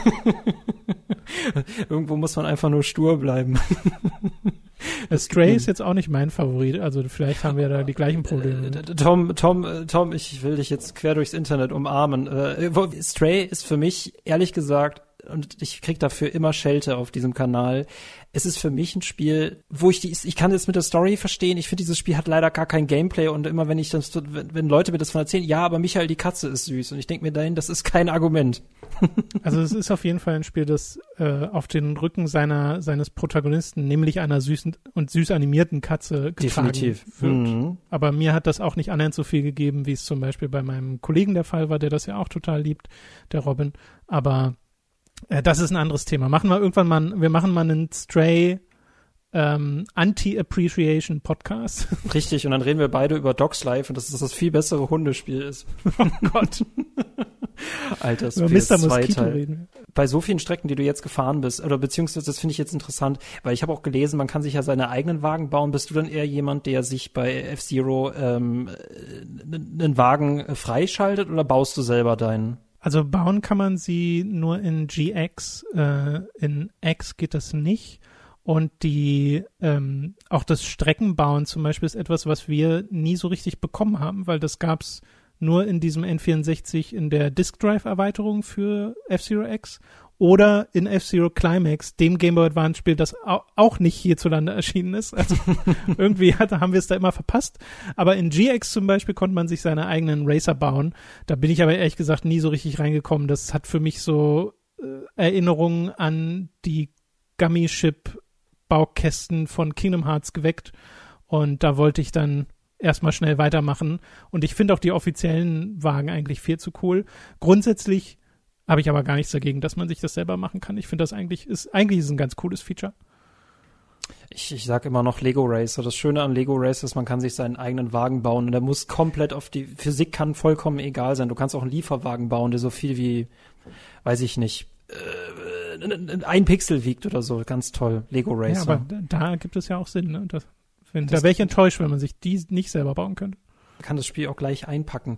Irgendwo muss man einfach nur stur bleiben. Stray ist jetzt auch nicht mein Favorit, also vielleicht haben wir da die gleichen Probleme. Tom, Tom, Tom, ich will dich jetzt quer durchs Internet umarmen. Stray ist für mich, ehrlich gesagt, und ich krieg dafür immer Schelte auf diesem Kanal. Es ist für mich ein Spiel, wo ich die, ich kann das mit der Story verstehen. Ich finde, dieses Spiel hat leider gar kein Gameplay und immer wenn ich das, wenn Leute mir das von erzählen, ja, aber Michael, die Katze ist süß und ich denke mir dahin, das ist kein Argument. Also es ist auf jeden Fall ein Spiel, das äh, auf den Rücken seiner seines Protagonisten, nämlich einer süßen und süß animierten Katze getragen Definitiv. wird. Mhm. Aber mir hat das auch nicht annähernd so viel gegeben, wie es zum Beispiel bei meinem Kollegen der Fall war, der das ja auch total liebt, der Robin. Aber das ist ein anderes Thema. Machen wir irgendwann mal, wir machen mal einen Stray ähm, Anti-Appreciation Podcast. Richtig, und dann reden wir beide über Dogs Life und dass das das viel bessere Hundespiel ist. Oh Gott. Alter, das über P S zwei Teil. Reden wir. bei so vielen Strecken, die du jetzt gefahren bist, oder beziehungsweise, das finde ich jetzt interessant, weil ich habe auch gelesen, man kann sich ja seine eigenen Wagen bauen. Bist du dann eher jemand, der sich bei F-Zero ähm, einen Wagen freischaltet oder baust du selber deinen? Also bauen kann man sie nur in G X, äh, in X geht das nicht. Und die ähm, auch das Streckenbauen zum Beispiel ist etwas, was wir nie so richtig bekommen haben, weil das gab's nur in diesem N vierundsechzig in der Disk Drive Erweiterung für F-Zero X oder in F-Zero Climax, dem Game Boy Advance Spiel, das auch nicht hierzulande erschienen ist. Also irgendwie hat, haben wir es da immer verpasst. Aber in G X zum Beispiel konnte man sich seine eigenen Racer bauen. Da bin ich aber ehrlich gesagt nie so richtig reingekommen. Das hat für mich so äh, Erinnerungen an die Gummy-Ship Baukästen von Kingdom Hearts geweckt. Und da wollte ich dann erstmal schnell weitermachen. Und ich finde auch die offiziellen Wagen eigentlich viel zu cool. Grundsätzlich habe ich aber gar nichts dagegen, dass man sich das selber machen kann. Ich finde das eigentlich ist, eigentlich ist ein ganz cooles Feature. Ich, ich sag immer noch Lego Racer. Das Schöne an Lego Racer ist, man kann sich seinen eigenen Wagen bauen und der muss komplett auf die Physik kann vollkommen egal sein. Du kannst auch einen Lieferwagen bauen, der so viel wie, weiß ich nicht, äh, ein Pixel wiegt oder so. Ganz toll. Lego Racer. Ja, aber da gibt es ja auch Sinn, ne? Das, wenn, das da wäre ich enttäuscht, wenn man sich die nicht selber bauen könnte. Kann das Spiel auch gleich einpacken.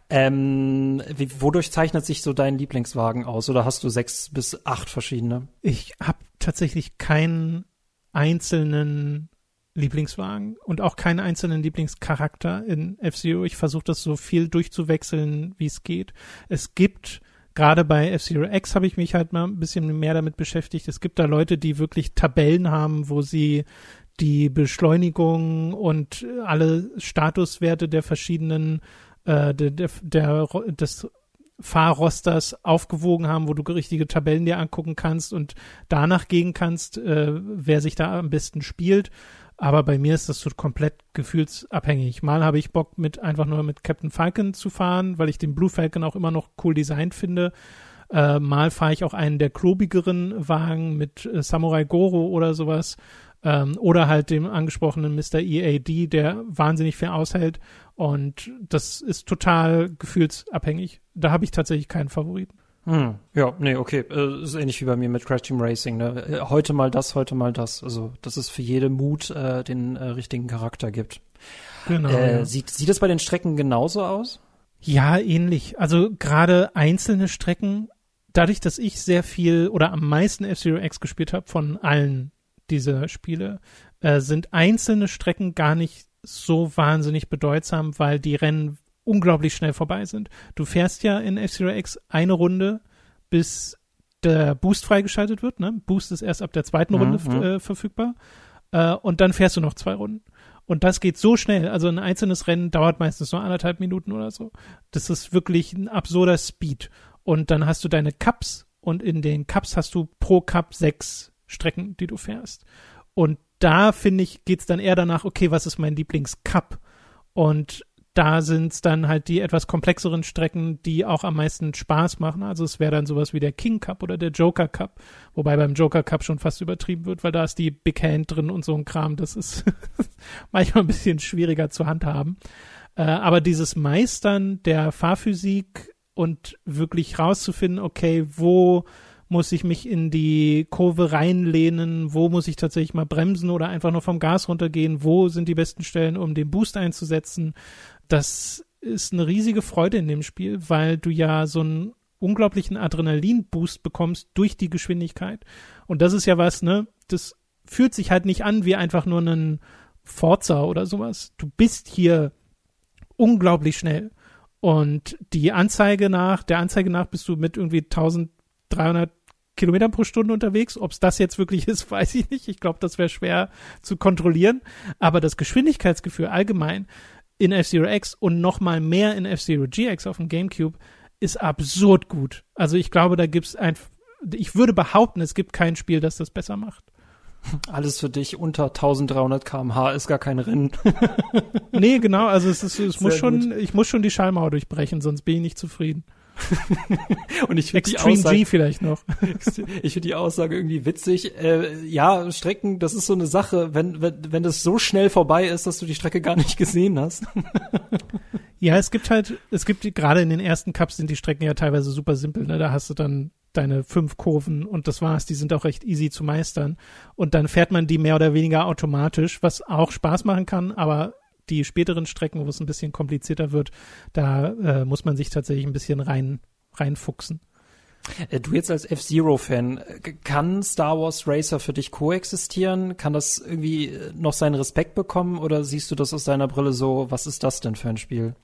Ähm, wie, wodurch zeichnet sich so dein Lieblingswagen aus? Oder hast du sechs bis acht verschiedene? Ich habe tatsächlich keinen einzelnen Lieblingswagen und auch keinen einzelnen Lieblingscharakter in F-Zero. Ich versuche das so viel durchzuwechseln, wie es geht. Es gibt, gerade bei F-Zero X habe ich mich halt mal ein bisschen mehr damit beschäftigt. Es gibt da Leute, die wirklich Tabellen haben, wo sie die Beschleunigung und alle Statuswerte der verschiedenen äh, der, der, der des Fahrrosters aufgewogen haben, wo du richtige Tabellen dir angucken kannst und danach gehen kannst, äh, wer sich da am besten spielt. Aber bei mir ist das so komplett gefühlsabhängig. Mal habe ich Bock, mit einfach nur mit Captain Falcon zu fahren, weil ich den Blue Falcon auch immer noch cool designt finde. Äh, mal fahre ich auch einen der klobigeren Wagen mit äh, Samurai Goro oder sowas. Ähm, oder halt dem angesprochenen Mister E A D, der wahnsinnig viel aushält. Und das ist total gefühlsabhängig. Da habe ich tatsächlich keinen Favoriten. Hm. Ja, nee, okay. Äh, ist ähnlich wie bei mir mit Crash Team Racing. Ne? Heute mal das, heute mal das. Also, dass es für jede Mut äh, den äh, richtigen Charakter gibt. Genau. Äh, ja. sieht, sieht das bei den Strecken genauso aus? Ja, ähnlich. Also gerade einzelne Strecken, dadurch, dass ich sehr viel oder am meisten F-Zero X gespielt habe von allen dieser Spiele, äh, sind einzelne Strecken gar nicht so wahnsinnig bedeutsam, weil die Rennen unglaublich schnell vorbei sind. Du fährst ja in F-Zero X eine Runde, bis der Boost freigeschaltet wird. Ne? Boost ist erst ab der zweiten Runde mhm. äh, verfügbar. Äh, und dann fährst du noch zwei Runden. Und das geht so schnell. Also ein einzelnes Rennen dauert meistens nur anderthalb Minuten oder so. Das ist wirklich ein absurder Speed. Und dann hast du deine Cups und in den Cups hast du pro Cup sechs Strecken, die du fährst. Und da, finde ich, geht's dann eher danach, okay, was ist mein Lieblingscup? Und da sind's dann halt die etwas komplexeren Strecken, die auch am meisten Spaß machen. Also es wäre dann sowas wie der King Cup oder der Joker Cup, wobei beim Joker Cup schon fast übertrieben wird, weil da ist die Big Hand drin und so ein Kram. Das ist manchmal ein bisschen schwieriger zu handhaben. Äh, aber dieses Meistern der Fahrphysik und wirklich rauszufinden, okay, wo muss ich mich in die Kurve reinlehnen, wo muss ich tatsächlich mal bremsen oder einfach nur vom Gas runtergehen, wo sind die besten Stellen, um den Boost einzusetzen. Das ist eine riesige Freude in dem Spiel, weil du ja so einen unglaublichen Adrenalin-Boost bekommst durch die Geschwindigkeit. Und das ist ja was, ne, das fühlt sich halt nicht an wie einfach nur ein Forza oder sowas. Du bist hier unglaublich schnell. Und die Anzeige nach, der Anzeige nach bist du mit irgendwie dreizehnhundert Kilometern pro Stunde unterwegs. Ob es das jetzt wirklich ist, weiß ich nicht. Ich glaube, das wäre schwer zu kontrollieren. Aber das Geschwindigkeitsgefühl allgemein in F-Zero X und noch mal mehr in F-Zero G X auf dem GameCube ist absurd gut. Also ich glaube, da gibt's ein, ich würde behaupten, es gibt kein Spiel, das das besser macht. Alles für dich unter dreizehnhundert Kilometer pro Stunde ist gar kein Rennen. Nee, genau. Also es ist, es muss schon, gut. ich muss schon die Schallmauer durchbrechen, sonst bin ich nicht zufrieden. Und ich finde die Extreme Aussage, G vielleicht noch. Ich finde die Aussage irgendwie witzig. Äh, ja, Strecken, das ist so eine Sache, wenn, wenn, wenn das so schnell vorbei ist, dass du die Strecke gar nicht gesehen hast. Ja, es gibt halt, es gibt die, gerade in den ersten Cups sind die Strecken ja teilweise super simpel, ne? Da hast du dann deine fünf Kurven und das war's. Die sind auch recht easy zu meistern. Und dann fährt man die mehr oder weniger automatisch, was auch Spaß machen kann, aber die späteren Strecken, wo es ein bisschen komplizierter wird, da äh, muss man sich tatsächlich ein bisschen rein reinfuchsen. Du jetzt als F-Zero-Fan, kann Star Wars Racer für dich koexistieren? Kann das irgendwie noch seinen Respekt bekommen oder siehst du das aus deiner Brille so, was ist das denn für ein Spiel?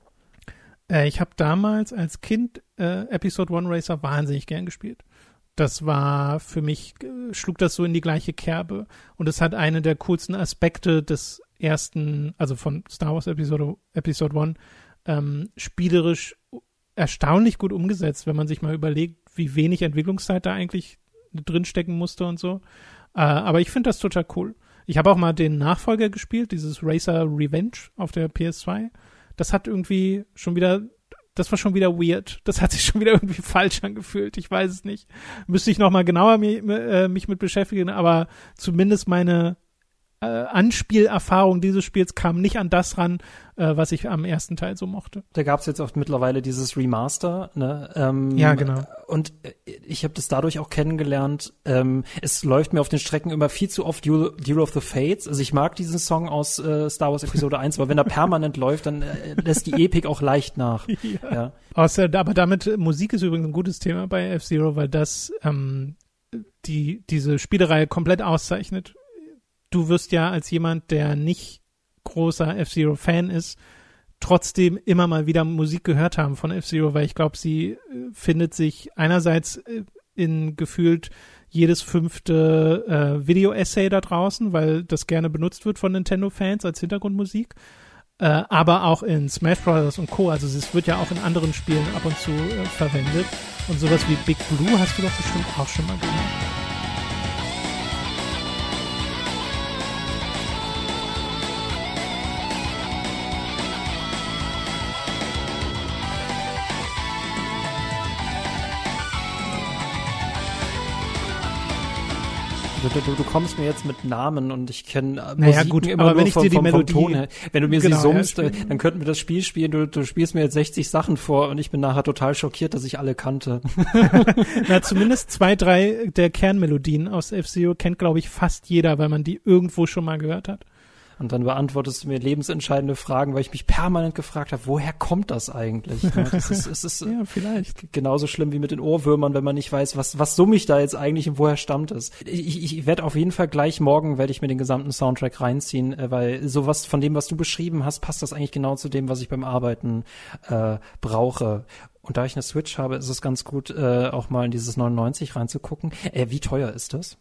Äh, ich habe damals als Kind äh, Episode One Racer wahnsinnig gern gespielt. Das war für mich, äh, schlug das so in die gleiche Kerbe und es hat eine der coolsten Aspekte des ersten, also von Star Wars Episode, Episode One, ähm, spielerisch erstaunlich gut umgesetzt, wenn man sich mal überlegt, wie wenig Entwicklungszeit da eigentlich drinstecken musste und so. Äh, aber ich finde das total cool. Ich habe auch mal den Nachfolger gespielt, dieses Racer Revenge auf der P S zwei. Das hat irgendwie schon wieder, das war schon wieder weird. Das hat sich schon wieder irgendwie falsch angefühlt. Ich weiß es nicht. Müsste ich noch mal genauer mich, äh, mich mit beschäftigen, aber zumindest meine äh, Anspielerfahrung dieses Spiels kam nicht an das ran, äh, was ich am ersten Teil so mochte. Da gab's jetzt auch mittlerweile dieses Remaster, ne? Ähm, ja, genau. Und ich habe das dadurch auch kennengelernt. Ähm, es läuft mir auf den Strecken immer viel zu oft Duel, Duel of the Fates. Also ich mag diesen Song aus äh, Star Wars Episode eins, aber wenn er permanent läuft, dann äh, lässt die Epik auch leicht nach. Ja. Ja. Außer, aber damit, Musik ist übrigens ein gutes Thema bei F-Zero, weil das ähm, die diese Spielereihe komplett auszeichnet. Du wirst ja als jemand, der nicht großer F-Zero-Fan ist, trotzdem immer mal wieder Musik gehört haben von F-Zero, weil ich glaube, sie äh, findet sich einerseits äh, in gefühlt jedes fünfte äh, Video-Essay da draußen, weil das gerne benutzt wird von Nintendo-Fans als Hintergrundmusik, äh, aber auch in Smash Bros. Und Co. Also es wird ja auch in anderen Spielen ab und zu äh, verwendet. Und sowas wie Big Blue hast du doch bestimmt auch schon mal gehört. Du, du, du kommst mir jetzt mit Namen und ich kenne äh, naja, Musiken gut, immer aber nur wenn ich vom, dir die vom, vom Melodie, Ton her. Wenn du mir genau, sie summst, ja, dann könnten wir das Spiel spielen. Du, du spielst mir jetzt sechzig Sachen vor und ich bin nachher total schockiert, dass ich alle kannte. Na, zumindest zwei, drei der Kernmelodien aus F-Zero kennt, glaube ich, fast jeder, weil man die irgendwo schon mal gehört hat. Und dann beantwortest du mir lebensentscheidende Fragen, weil ich mich permanent gefragt habe, woher kommt das eigentlich? Das ist, es ist ja, vielleicht. Genauso schlimm wie mit den Ohrwürmern, wenn man nicht weiß, was, was summe ich da jetzt eigentlich und woher stammt es. Ich, ich werde auf jeden Fall gleich morgen, werde ich mir den gesamten Soundtrack reinziehen, weil sowas von dem, was du beschrieben hast, passt das eigentlich genau zu dem, was ich beim Arbeiten äh, brauche. Und da ich eine Switch habe, ist es ganz gut, äh, auch mal in dieses neunundneunzig reinzugucken. Äh, wie teuer ist das?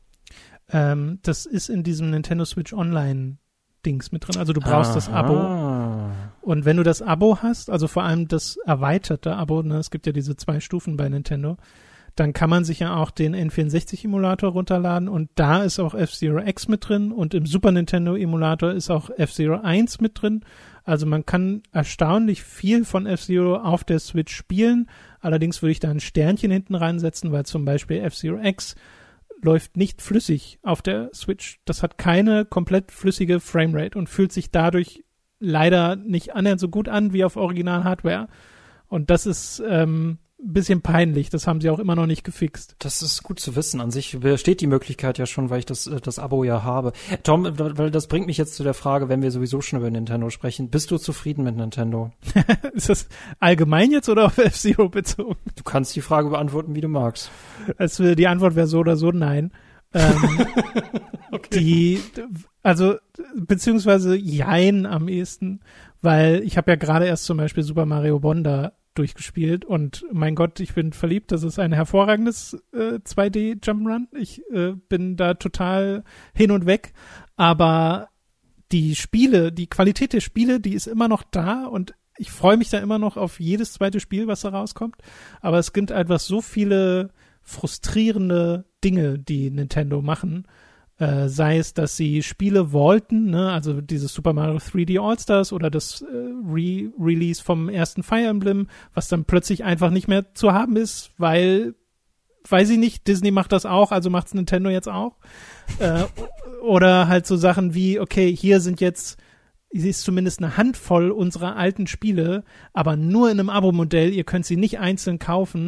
Ähm, das ist in diesem Nintendo Switch Online Dings mit drin. Also du brauchst Aha. das Abo. Und wenn du das Abo hast, also vor allem das erweiterte Abo, ne, es gibt ja diese zwei Stufen bei Nintendo, dann kann man sich ja auch den N vierundsechzig Emulator runterladen und da ist auch F-Zero X mit drin und im Super Nintendo Emulator ist auch F-Zero eins mit drin. Also man kann erstaunlich viel von F-Zero auf der Switch spielen. Allerdings würde ich da ein Sternchen hinten reinsetzen, weil zum Beispiel F-Zero X läuft nicht flüssig auf der Switch. Das hat keine komplett flüssige Framerate und fühlt sich dadurch leider nicht annähernd so gut an wie auf Original-Hardware. Und das ist ähm, ein bisschen peinlich. Das haben sie auch immer noch nicht gefixt. Das ist gut zu wissen. An sich besteht die Möglichkeit ja schon, weil ich das, das Abo ja habe. Tom, weil das bringt mich jetzt zu der Frage, wenn wir sowieso schon über Nintendo sprechen. Bist du zufrieden mit Nintendo? Ist das allgemein jetzt oder auf F-Zero bezogen? Du kannst die Frage beantworten, wie du magst. Also die Antwort wäre so oder so nein. ähm, okay. Die, also beziehungsweise jein am ehesten, weil ich habe ja gerade erst zum Beispiel Super Mario Wonder durchgespielt und mein Gott, ich bin verliebt, das ist ein hervorragendes äh, zwei D Jump'n'Run. Ich äh, bin da total hin und weg, aber die Spiele, die Qualität der Spiele, die ist immer noch da und ich freue mich da immer noch auf jedes zweite Spiel, was da rauskommt, aber es gibt einfach so viele frustrierende Dinge, die Nintendo machen, äh, sei es, dass sie Spiele wollten, ne, also dieses Super Mario drei D All-Stars oder das äh, Re-Release vom ersten Fire Emblem, was dann plötzlich einfach nicht mehr zu haben ist, weil, weiß ich nicht, Disney macht das auch, also macht's Nintendo jetzt auch. äh, oder halt so Sachen wie, okay, hier sind jetzt sie ist zumindest eine Handvoll unserer alten Spiele, aber nur in einem Abo-Modell, ihr könnt sie nicht einzeln kaufen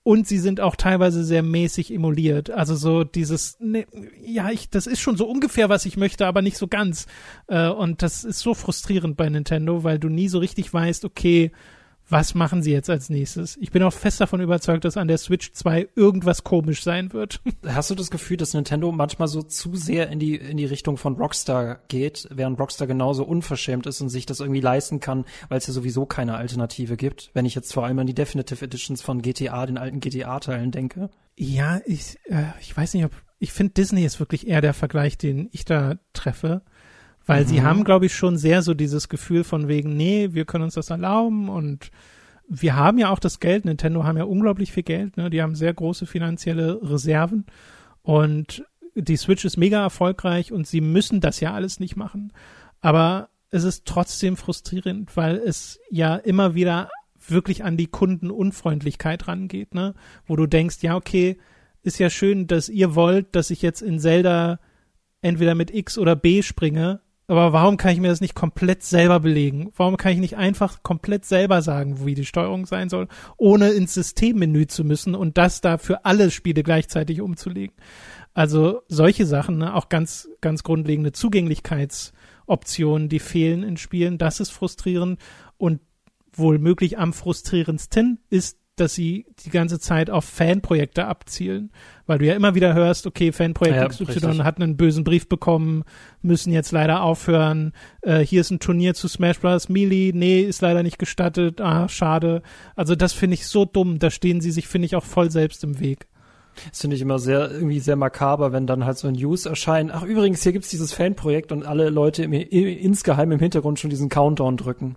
Und sie sind auch teilweise sehr mäßig emuliert. Also so dieses, ne, ja, ich, das ist schon so ungefähr, was ich möchte, aber nicht so ganz. Äh, und das ist so frustrierend bei Nintendo, weil du nie so richtig weißt, okay, was machen sie jetzt als nächstes? Ich bin auch fest davon überzeugt, dass an der Switch zwei irgendwas komisch sein wird. Hast du das Gefühl, dass Nintendo manchmal so zu sehr in die in die Richtung von Rockstar geht, während Rockstar genauso unverschämt ist und sich das irgendwie leisten kann, weil es ja sowieso keine Alternative gibt? Wenn ich jetzt vor allem an die Definitive Editions von G T A, den alten G T A-Teilen denke. Ja, ich, äh, ich weiß nicht, ob, ich finde Disney ist wirklich eher der Vergleich, den ich da treffe. Weil mhm. sie haben, glaube ich, schon sehr so dieses Gefühl von wegen, nee, wir können uns das erlauben und wir haben ja auch das Geld, Nintendo haben ja unglaublich viel Geld, ne? Die haben sehr große finanzielle Reserven und die Switch ist mega erfolgreich und sie müssen das ja alles nicht machen. Aber es ist trotzdem frustrierend, weil es ja immer wieder wirklich an die Kundenunfreundlichkeit rangeht, ne? Wo du denkst, ja, okay, ist ja schön, dass ihr wollt, dass ich jetzt in Zelda entweder mit X oder B springe, aber warum kann ich mir das nicht komplett selber belegen? Warum kann ich nicht einfach komplett selber sagen, wie die Steuerung sein soll, ohne ins Systemmenü zu müssen und das da für alle Spiele gleichzeitig umzulegen? Also solche Sachen, ne? Auch ganz, ganz grundlegende Zugänglichkeitsoptionen, die fehlen in Spielen, das ist frustrierend und wohl möglich am frustrierendsten ist, dass sie die ganze Zeit auf Fanprojekte abzielen, weil du ja immer wieder hörst, okay, Fanprojekt ja, X Y richtig. hat einen bösen Brief bekommen, müssen jetzt leider aufhören, äh, hier ist ein Turnier zu Smash Bros. Melee, nee, ist leider nicht gestattet, ah, schade. Also das finde ich so dumm, da stehen sie sich, finde ich, auch voll selbst im Weg. Das finde ich immer sehr, irgendwie sehr makaber, wenn dann halt so News erscheinen. Ach, übrigens, hier gibt's dieses Fanprojekt und alle Leute im, im, insgeheim im Hintergrund schon diesen Countdown drücken.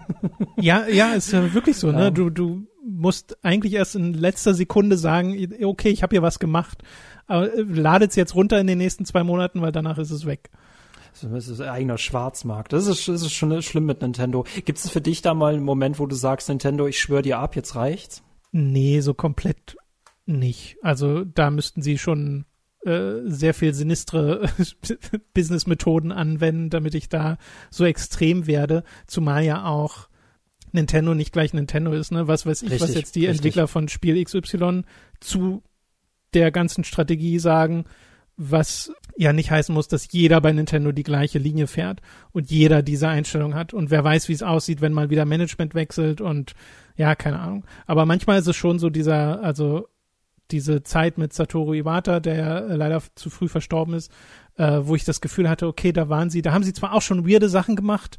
Ja, ja, ist ja wirklich so, ja. ne? Du, du musst eigentlich erst in letzter Sekunde sagen, okay, ich habe hier was gemacht, aber ladet's jetzt runter in den nächsten zwei Monaten, weil danach ist es weg. Das ist ein eigener Schwarzmarkt. Das ist, das ist schon schlimm mit Nintendo. Gibt es für dich da mal einen Moment, wo du sagst, Nintendo, ich schwöre dir ab, jetzt reicht's? Nee, so komplett nicht. Also da müssten sie schon äh, sehr viel sinistre Businessmethoden anwenden, damit ich da so extrem werde. Zumal ja auch Nintendo nicht gleich Nintendo ist, ne? Was weiß ich, richtig, was jetzt die richtig. Entwickler von Spiel X Y zu der ganzen Strategie sagen, was ja nicht heißen muss, dass jeder bei Nintendo die gleiche Linie fährt und jeder diese Einstellung hat und wer weiß, wie es aussieht, wenn mal wieder Management wechselt und ja, keine Ahnung. Aber manchmal ist es schon so dieser, also diese Zeit mit Satoru Iwata, der ja leider zu früh verstorben ist, äh, wo ich das Gefühl hatte, okay, da waren sie, da haben sie zwar auch schon weirde Sachen gemacht,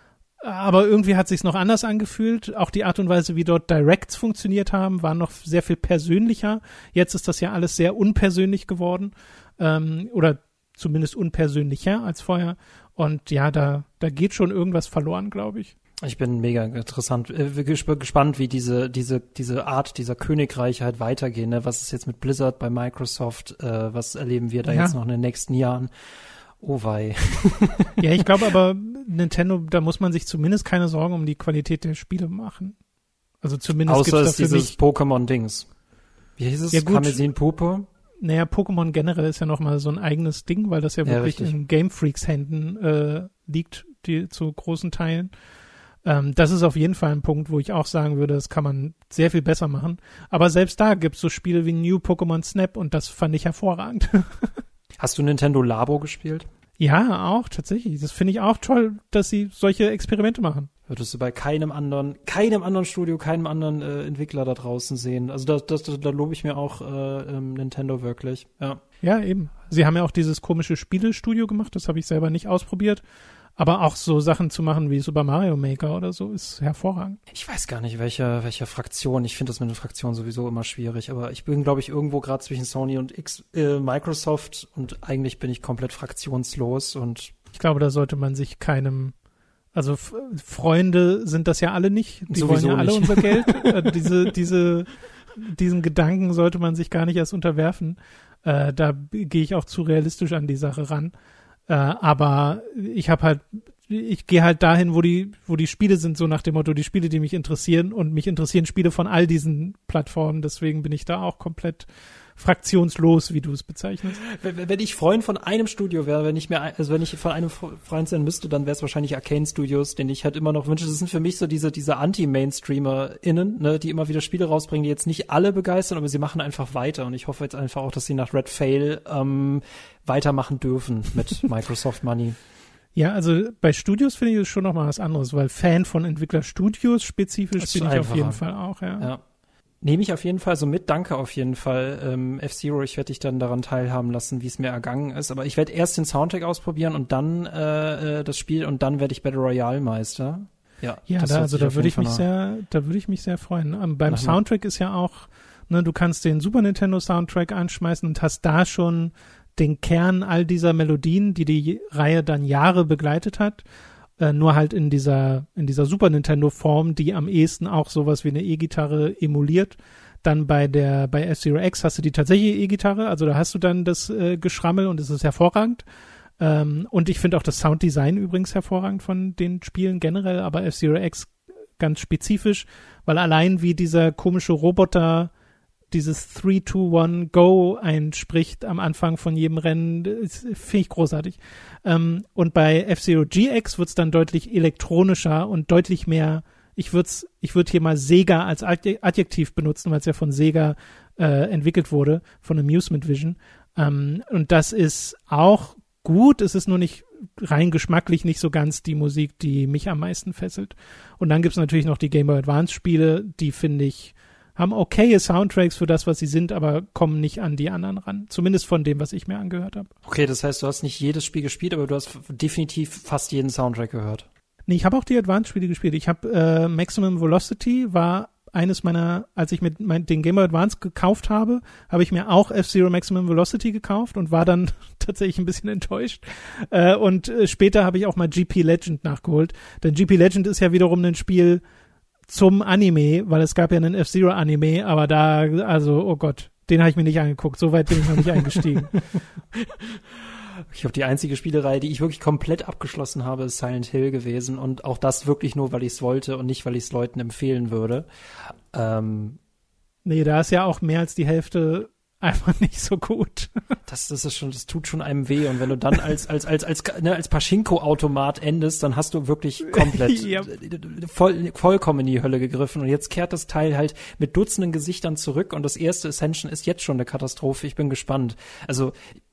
aber irgendwie hat sich's noch anders angefühlt. Auch die Art und Weise, wie dort Directs funktioniert haben, war noch sehr viel persönlicher. Jetzt ist das ja alles sehr unpersönlich geworden, ähm, oder zumindest unpersönlicher als vorher. Und ja, da, da geht schon irgendwas verloren, glaube ich. Ich bin mega interessant, äh, gespannt, wie diese diese diese Art dieser Königreiche halt weitergehen. Ne? Was ist jetzt mit Blizzard bei Microsoft? Äh, was erleben wir da ja. jetzt noch in den nächsten Jahren? Oh wei. Ja, ich glaube aber, Nintendo, da muss man sich zumindest keine Sorgen um die Qualität der Spiele machen. Also zumindest Außer gibt's es da für dieses mich Pokémon-Dings. Wie hieß es? Ja, gut. Karmesin Puppe? Naja, Pokémon generell ist ja nochmal so ein eigenes Ding, weil das ja wirklich ja, in Game Freaks Händen äh, liegt, die zu großen Teilen. Ähm, das ist auf jeden Fall ein Punkt, wo ich auch sagen würde, das kann man sehr viel besser machen. Aber selbst da gibt's so Spiele wie New Pokémon Snap und das fand ich hervorragend. Hast du Nintendo Labo gespielt? Ja, auch, tatsächlich. Das finde ich auch toll, dass sie solche Experimente machen. Würdest du bei keinem anderen, keinem anderen Studio, keinem anderen äh, Entwickler da draußen sehen. Also da, das, da, da lobe ich mir auch äh, ähm, Nintendo wirklich. Ja. Ja, eben. Sie haben ja auch dieses komische Spielestudio gemacht, das habe ich selber nicht ausprobiert. Aber auch so Sachen zu machen wie Super Mario Maker oder so ist hervorragend. Ich weiß gar nicht, welche, welche Fraktion. Ich finde das mit den Fraktionen sowieso immer schwierig. Aber ich bin, glaube ich, irgendwo gerade zwischen Sony und X, äh, Microsoft und eigentlich bin ich komplett fraktionslos und ich glaube, da sollte man sich keinem, also F- Freunde sind das ja alle nicht. Die wollen ja alle nicht. unser Geld. äh, diese, diese, diesen Gedanken sollte man sich gar nicht erst unterwerfen. Äh, da gehe ich auch zu realistisch an die Sache ran. Äh, aber ich habe halt, ich gehe halt dahin, wo die, wo die Spiele sind, so nach dem Motto, die Spiele, die mich interessieren und mich interessieren Spiele von all diesen Plattformen, deswegen bin ich da auch komplett fraktionslos, wie du es bezeichnest. Wenn, wenn ich Freund von einem Studio wäre, wenn ich mir, also wenn ich von einem Freund sein müsste, dann wäre es wahrscheinlich Arcane Studios, den ich halt immer noch wünsche. Das sind für mich so diese, diese Anti-MainstreamerInnen, ne, die immer wieder Spiele rausbringen, die jetzt nicht alle begeistern, aber sie machen einfach weiter. Und ich hoffe jetzt einfach auch, dass sie nach Red Fail ähm, weitermachen dürfen mit Microsoft Money. Ja, also bei Studios finde ich es schon nochmal was anderes, weil Fan von Entwicklerstudios spezifisch bin ich einfacher. Auf jeden Fall auch, ja. ja. Nehme ich auf jeden Fall so mit, danke auf jeden Fall. Ähm, F-Zero, ich werde dich dann daran teilhaben lassen, wie es mir ergangen ist. Aber ich werde erst den Soundtrack ausprobieren und dann äh, das Spiel und dann werde ich Battle Royale Meister. Ja, ja da, also da würde ich mich sehr, da würde ich mich sehr freuen. Ähm, beim Nach Soundtrack ist ja auch, ne, du kannst den Super Nintendo Soundtrack anschmeißen und hast da schon den Kern all dieser Melodien, die die Reihe dann Jahre begleitet hat, äh, nur halt in dieser in dieser Super Nintendo Form, die am ehesten auch sowas wie eine E-Gitarre emuliert. Dann bei der bei F-Zero X hast du die tatsächliche E-Gitarre, also da hast du dann das äh, Geschrammel und es ist hervorragend. Ähm, und ich finde auch das Sounddesign übrigens hervorragend von den Spielen generell, aber F-Zero X ganz spezifisch, weil allein wie dieser komische Roboter dieses three two one go einspricht am Anfang von jedem Rennen, finde ich großartig. Ähm, und bei F-Zero G X wird es dann deutlich elektronischer und deutlich mehr, ich würde ich würd hier mal Sega als Adjektiv benutzen, weil es ja von Sega äh, entwickelt wurde, von Amusement Vision. Ähm, und das ist auch gut, es ist nur nicht rein geschmacklich nicht so ganz die Musik, die mich am meisten fesselt. Und dann gibt es natürlich noch die Game Boy Advance Spiele, die finde ich haben okaye Soundtracks für das, was sie sind, aber kommen nicht an die anderen ran. Zumindest von dem, was ich mir angehört habe. Okay, das heißt, du hast nicht jedes Spiel gespielt, aber du hast definitiv fast jeden Soundtrack gehört. Nee, ich habe auch die Advance-Spiele gespielt. Ich habe äh, Maximum Velocity war eines meiner, als ich mit mein, den Game Boy Advance gekauft habe, habe ich mir auch F-Zero Maximum Velocity gekauft und war dann tatsächlich ein bisschen enttäuscht. Äh, und äh, später habe ich auch mal G P Legend nachgeholt. Denn G P Legend ist ja wiederum ein Spiel zum Anime, weil es gab ja einen F-Zero-Anime, aber da, also, oh Gott, den habe ich mir nicht angeguckt. So weit bin ich noch nicht eingestiegen. Ich glaube, die einzige Spielereihe, die ich wirklich komplett abgeschlossen habe, ist Silent Hill gewesen und auch das wirklich nur, weil ich es wollte und nicht, weil ich es Leuten empfehlen würde. Ähm, nee, da ist ja auch mehr als die Hälfte einfach nicht so gut. Das, das ist schon, das tut schon einem weh. Und wenn du dann als, als, als, als, ne, als Pachinko-Automat endest, dann hast du wirklich komplett, ja. voll, vollkommen in die Hölle gegriffen. Und jetzt kehrt das Teil halt mit Dutzenden Gesichtern zurück und das erste Ascension ist jetzt schon eine Katastrophe. Ich bin gespannt. Also,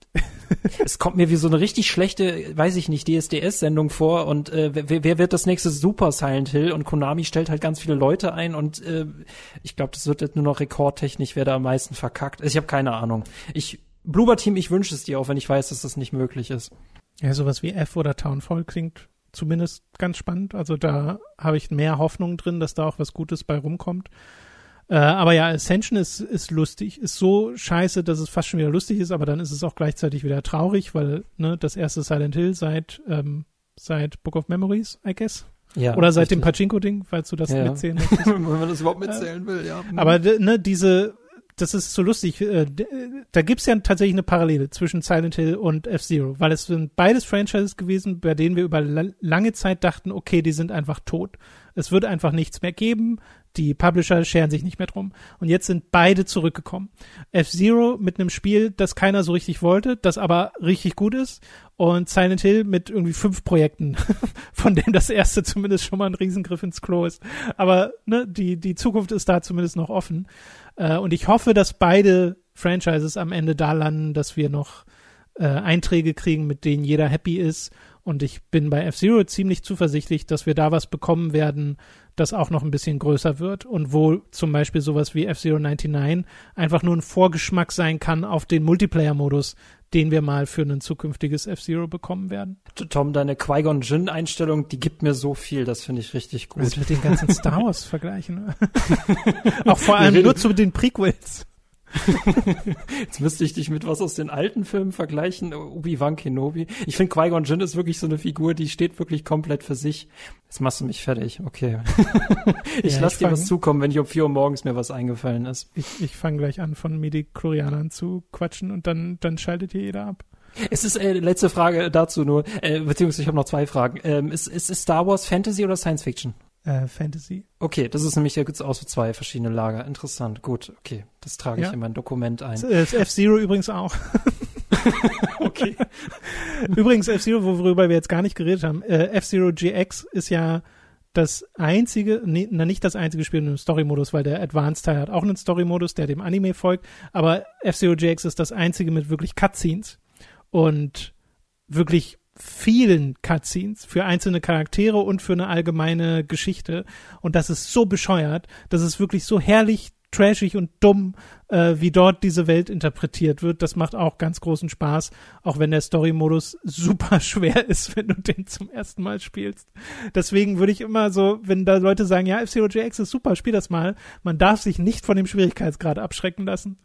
es kommt mir wie so eine richtig schlechte, weiß ich nicht, D S D S-Sendung vor und äh, wer, wer wird das nächste Super Silent Hill und Konami stellt halt ganz viele Leute ein und äh, ich glaube, das wird jetzt nur noch rekordtechnisch, wer da am meisten verkackt. Also ich habe keine Ahnung. Ich Bloober Team, ich wünsche es dir, auch wenn ich weiß, dass das nicht möglich ist. Ja, sowas wie F oder Townfall klingt zumindest ganz spannend. Also da habe ich mehr Hoffnung drin, dass da auch was Gutes bei rumkommt. Äh, aber ja, Ascension ist, ist lustig, ist so scheiße, dass es fast schon wieder lustig ist, aber dann ist es auch gleichzeitig wieder traurig, weil ne, das erste Silent Hill seit ähm, seit Book of Memories, I guess. Ja, oder seit richtig. dem Pachinko-Ding, falls du das ja. mitzählen möchtest. Wenn man das überhaupt mitzählen äh, will, ja. Aber ne, diese, das ist so lustig, äh, da gibt's ja tatsächlich eine Parallele zwischen Silent Hill und F-Zero, weil es sind beides Franchises gewesen, bei denen wir über la- lange Zeit dachten, okay, die sind einfach tot. Es wird einfach nichts mehr geben. Die Publisher scheren sich nicht mehr drum. Und jetzt sind beide zurückgekommen. F-Zero mit einem Spiel, das keiner so richtig wollte, das aber richtig gut ist. Und Silent Hill mit irgendwie fünf Projekten, von denen das erste zumindest schon mal ein Riesengriff ins Klo ist. Aber ne, die, die Zukunft ist da zumindest noch offen. Äh, und ich hoffe, dass beide Franchises am Ende da landen, dass wir noch äh, Einträge kriegen, mit denen jeder happy ist. Und ich bin bei F-Zero ziemlich zuversichtlich, dass wir da was bekommen werden, das auch noch ein bisschen größer wird und wo zum Beispiel sowas wie F-Zero neunundneunzig einfach nur ein Vorgeschmack sein kann auf den Multiplayer-Modus, den wir mal für ein zukünftiges F-Zero bekommen werden. Tom, deine Qui-Gon Jinn-Einstellung, die gibt mir so viel, das finde ich richtig gut. Das mit den ganzen Star Wars-Vergleichen. Ne? Auch vor allem nur zu den Prequels. Jetzt müsste ich dich mit was aus den alten Filmen vergleichen, Obi-Wan Kenobi. Ich finde, Qui-Gon Jinn ist wirklich so eine Figur, die steht wirklich komplett für sich. Jetzt machst du mich fertig, okay. ich ja, lass ich dir fang, was zukommen, wenn ich um vier Uhr morgens mir was eingefallen ist. Ich, ich fange gleich an, von Midi-Chlorianern zu quatschen und dann, dann schaltet hier jeder ab. Es ist, äh, letzte Frage dazu nur, äh, beziehungsweise ich habe noch zwei Fragen. Ähm, ist, ist, ist Star Wars Fantasy oder Science Fiction? äh, Fantasy. Okay, das ist nämlich, da gibt es auch so zwei verschiedene Lager. Interessant, gut, okay. Das trage ich ja. in mein Dokument ein. Das F-Zero übrigens auch. Okay. Übrigens, F-Zero, worüber wir jetzt gar nicht geredet haben, äh, F-Zero G X ist ja das einzige, nee, na nicht das einzige Spiel im Story-Modus, weil der Advanced-Teil hat auch einen Story-Modus, der dem Anime folgt, aber F-Zero G X ist das einzige mit wirklich Cutscenes und wirklich vielen Cutscenes für einzelne Charaktere und für eine allgemeine Geschichte, und das ist so bescheuert, das ist wirklich so herrlich trashig und dumm, äh, wie dort diese Welt interpretiert wird. Das macht auch ganz großen Spaß, auch wenn der Story-Modus super schwer ist, wenn du den zum ersten Mal spielst. Deswegen würde ich immer so, wenn da Leute sagen, ja, F-Zero G X ist super, spiel das mal, man darf sich nicht von dem Schwierigkeitsgrad abschrecken lassen.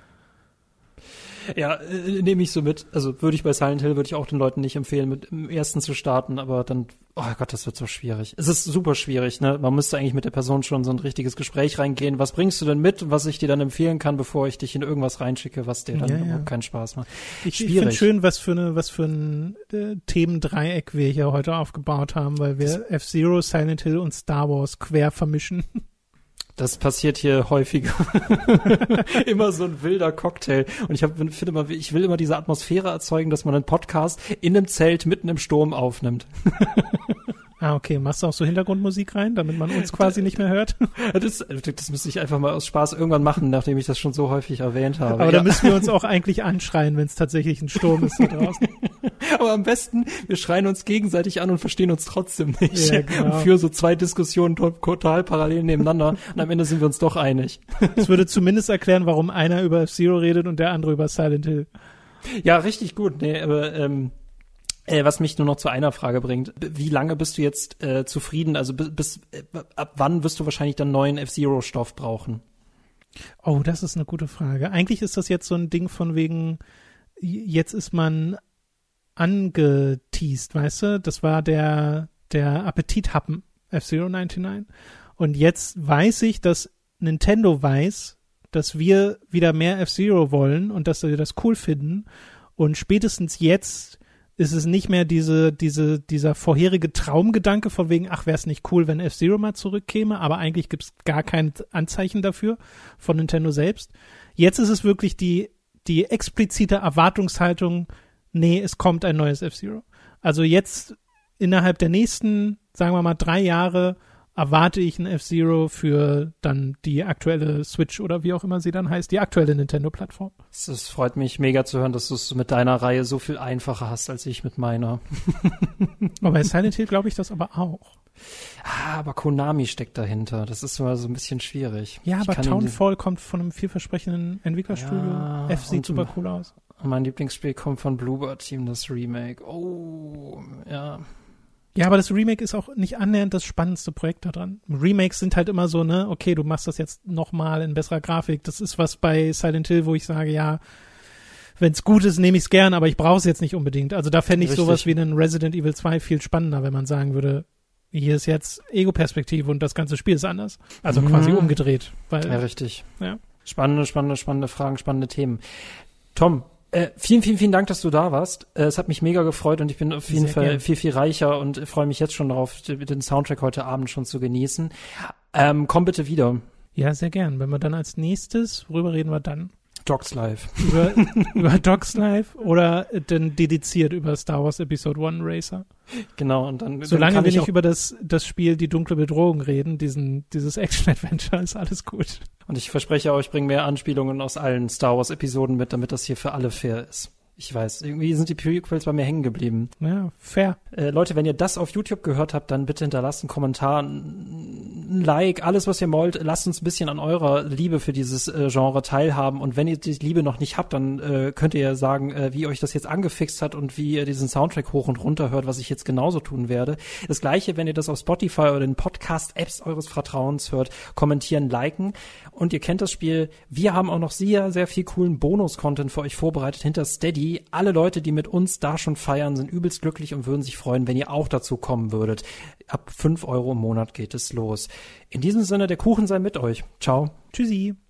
Ja, äh, nehme ich so mit. Also würde ich bei Silent Hill, würde ich auch den Leuten nicht empfehlen, mit dem ersten zu starten, aber dann, oh Gott, das wird so schwierig. Es ist super schwierig, ne? Man müsste eigentlich mit der Person schon so ein richtiges Gespräch reingehen. Was bringst du denn mit, was ich dir dann empfehlen kann, bevor ich dich in irgendwas reinschicke, was dir dann ja, ja. überhaupt keinen Spaß macht? Ich, ich finde schön, was für eine, was für ein äh, Themendreieck wir hier heute aufgebaut haben, weil wir F-Zero, Silent Hill und Star Wars quer vermischen. Das passiert hier häufiger. Immer so ein wilder Cocktail. Und ich hab, finde immer, ich will immer diese Atmosphäre erzeugen, dass man einen Podcast in einem Zelt mitten im Sturm aufnimmt. Ah, okay. Machst du auch so Hintergrundmusik rein, damit man uns quasi nicht mehr hört? Das, das müsste ich einfach mal aus Spaß irgendwann machen, nachdem ich das schon so häufig erwähnt habe. Aber ja. Da müssen wir uns auch eigentlich anschreien, wenn es tatsächlich ein Sturm ist da draußen. Aber am besten, wir schreien uns gegenseitig an und verstehen uns trotzdem nicht. Ja, genau. Und führen so zwei Diskussionen total parallel nebeneinander und am Ende sind wir uns doch einig. Das würde zumindest erklären, warum einer über F-Zero redet und der andere über Silent Hill. Ja, richtig gut. Nee, aber ähm, äh, was mich nur noch zu einer Frage bringt. Wie lange bist du jetzt äh, zufrieden? Also bis, bis äh, ab wann wirst du wahrscheinlich dann neuen F-Zero-Stoff brauchen? Oh, das ist eine gute Frage. Eigentlich ist das jetzt so ein Ding von wegen, jetzt ist man angeteased, weißt du? Das war der, der Appetithappen, F-Zero neunundneunzig. Und jetzt weiß ich, dass Nintendo weiß, dass wir wieder mehr F-Zero wollen und dass wir das cool finden. Und spätestens jetzt ist es nicht mehr diese, diese, dieser vorherige Traumgedanke von wegen, ach, wäre es nicht cool, wenn F-Zero mal zurückkäme, aber eigentlich gibt es gar kein Anzeichen dafür von Nintendo selbst. Jetzt ist es wirklich die, die explizite Erwartungshaltung, nee, es kommt ein neues F-Zero. Also jetzt innerhalb der nächsten, sagen wir mal, drei Jahre erwarte ich ein F-Zero für dann die aktuelle Switch oder wie auch immer sie dann heißt, die aktuelle Nintendo-Plattform. Es freut mich mega zu hören, dass du es mit deiner Reihe so viel einfacher hast als ich mit meiner. Aber bei Silent Hill glaube ich das aber auch. Ah, aber Konami steckt dahinter. Das ist immer so ein bisschen schwierig. Ja, ich aber Townfall kommt von einem vielversprechenden Entwicklerstudio. Ja, F sieht super cool aus. Mein Lieblingsspiel kommt von Bluebird Team, das Remake. Oh, ja. Ja, aber das Remake ist auch nicht annähernd das spannendste Projekt da dran. Remakes sind halt immer so, ne, okay, du machst das jetzt nochmal in besserer Grafik. Das ist was bei Silent Hill, wo ich sage, ja, wenn es gut ist, nehme ich es gern, aber ich brauche es jetzt nicht unbedingt. Also da fände ich Richtig. sowas wie einen Resident Evil zwei viel spannender, wenn man sagen würde, hier ist jetzt Ego-Perspektive und das ganze Spiel ist anders. Also mhm. quasi umgedreht. Weil, ja, richtig. Ja. Spannende, spannende, spannende Fragen, spannende Themen. Tom, Äh, vielen, vielen, vielen Dank, dass du da warst. Äh, es hat mich mega gefreut und ich bin auf jeden Sehr Fall gern. viel, viel reicher und freue mich jetzt schon darauf, den Soundtrack heute Abend schon zu genießen. Ähm, komm bitte wieder. Ja, sehr gern. Wenn wir dann als nächstes, worüber reden wir dann? Dogs Live. Über, über Dogs Live oder dann dediziert über Star Wars Episode One Racer. Genau, und dann Solange dann kann wir ich nicht auch über das, das Spiel Die dunkle Bedrohung reden, diesen, dieses Action-Adventure, ist alles gut. Und ich verspreche auch, ich bringe mehr Anspielungen aus allen Star Wars Episoden mit, damit das hier für alle fair ist. Ich weiß, irgendwie sind die Prequels bei mir hängen geblieben. Ja, fair. Äh, Leute, wenn ihr das auf YouTube gehört habt, dann bitte hinterlasst einen Kommentar, ein Like, alles, was ihr wollt. Lasst uns ein bisschen an eurer Liebe für dieses äh, Genre teilhaben. Und wenn ihr die Liebe noch nicht habt, dann äh, könnt ihr ja sagen, äh, wie euch das jetzt angefixt hat und wie ihr diesen Soundtrack hoch und runter hört, was ich jetzt genauso tun werde. Das Gleiche, wenn ihr das auf Spotify oder den Podcast-Apps eures Vertrauens hört, kommentieren, liken. Und ihr kennt das Spiel. Wir haben auch noch sehr, sehr viel coolen Bonus-Content für euch vorbereitet hinter Steady. Alle Leute, die mit uns da schon feiern, sind übelst glücklich und würden sich freuen, wenn ihr auch dazu kommen würdet. Ab fünf Euro im Monat geht es los. In diesem Sinne, der Kuchen sei mit euch. Ciao. Tschüssi.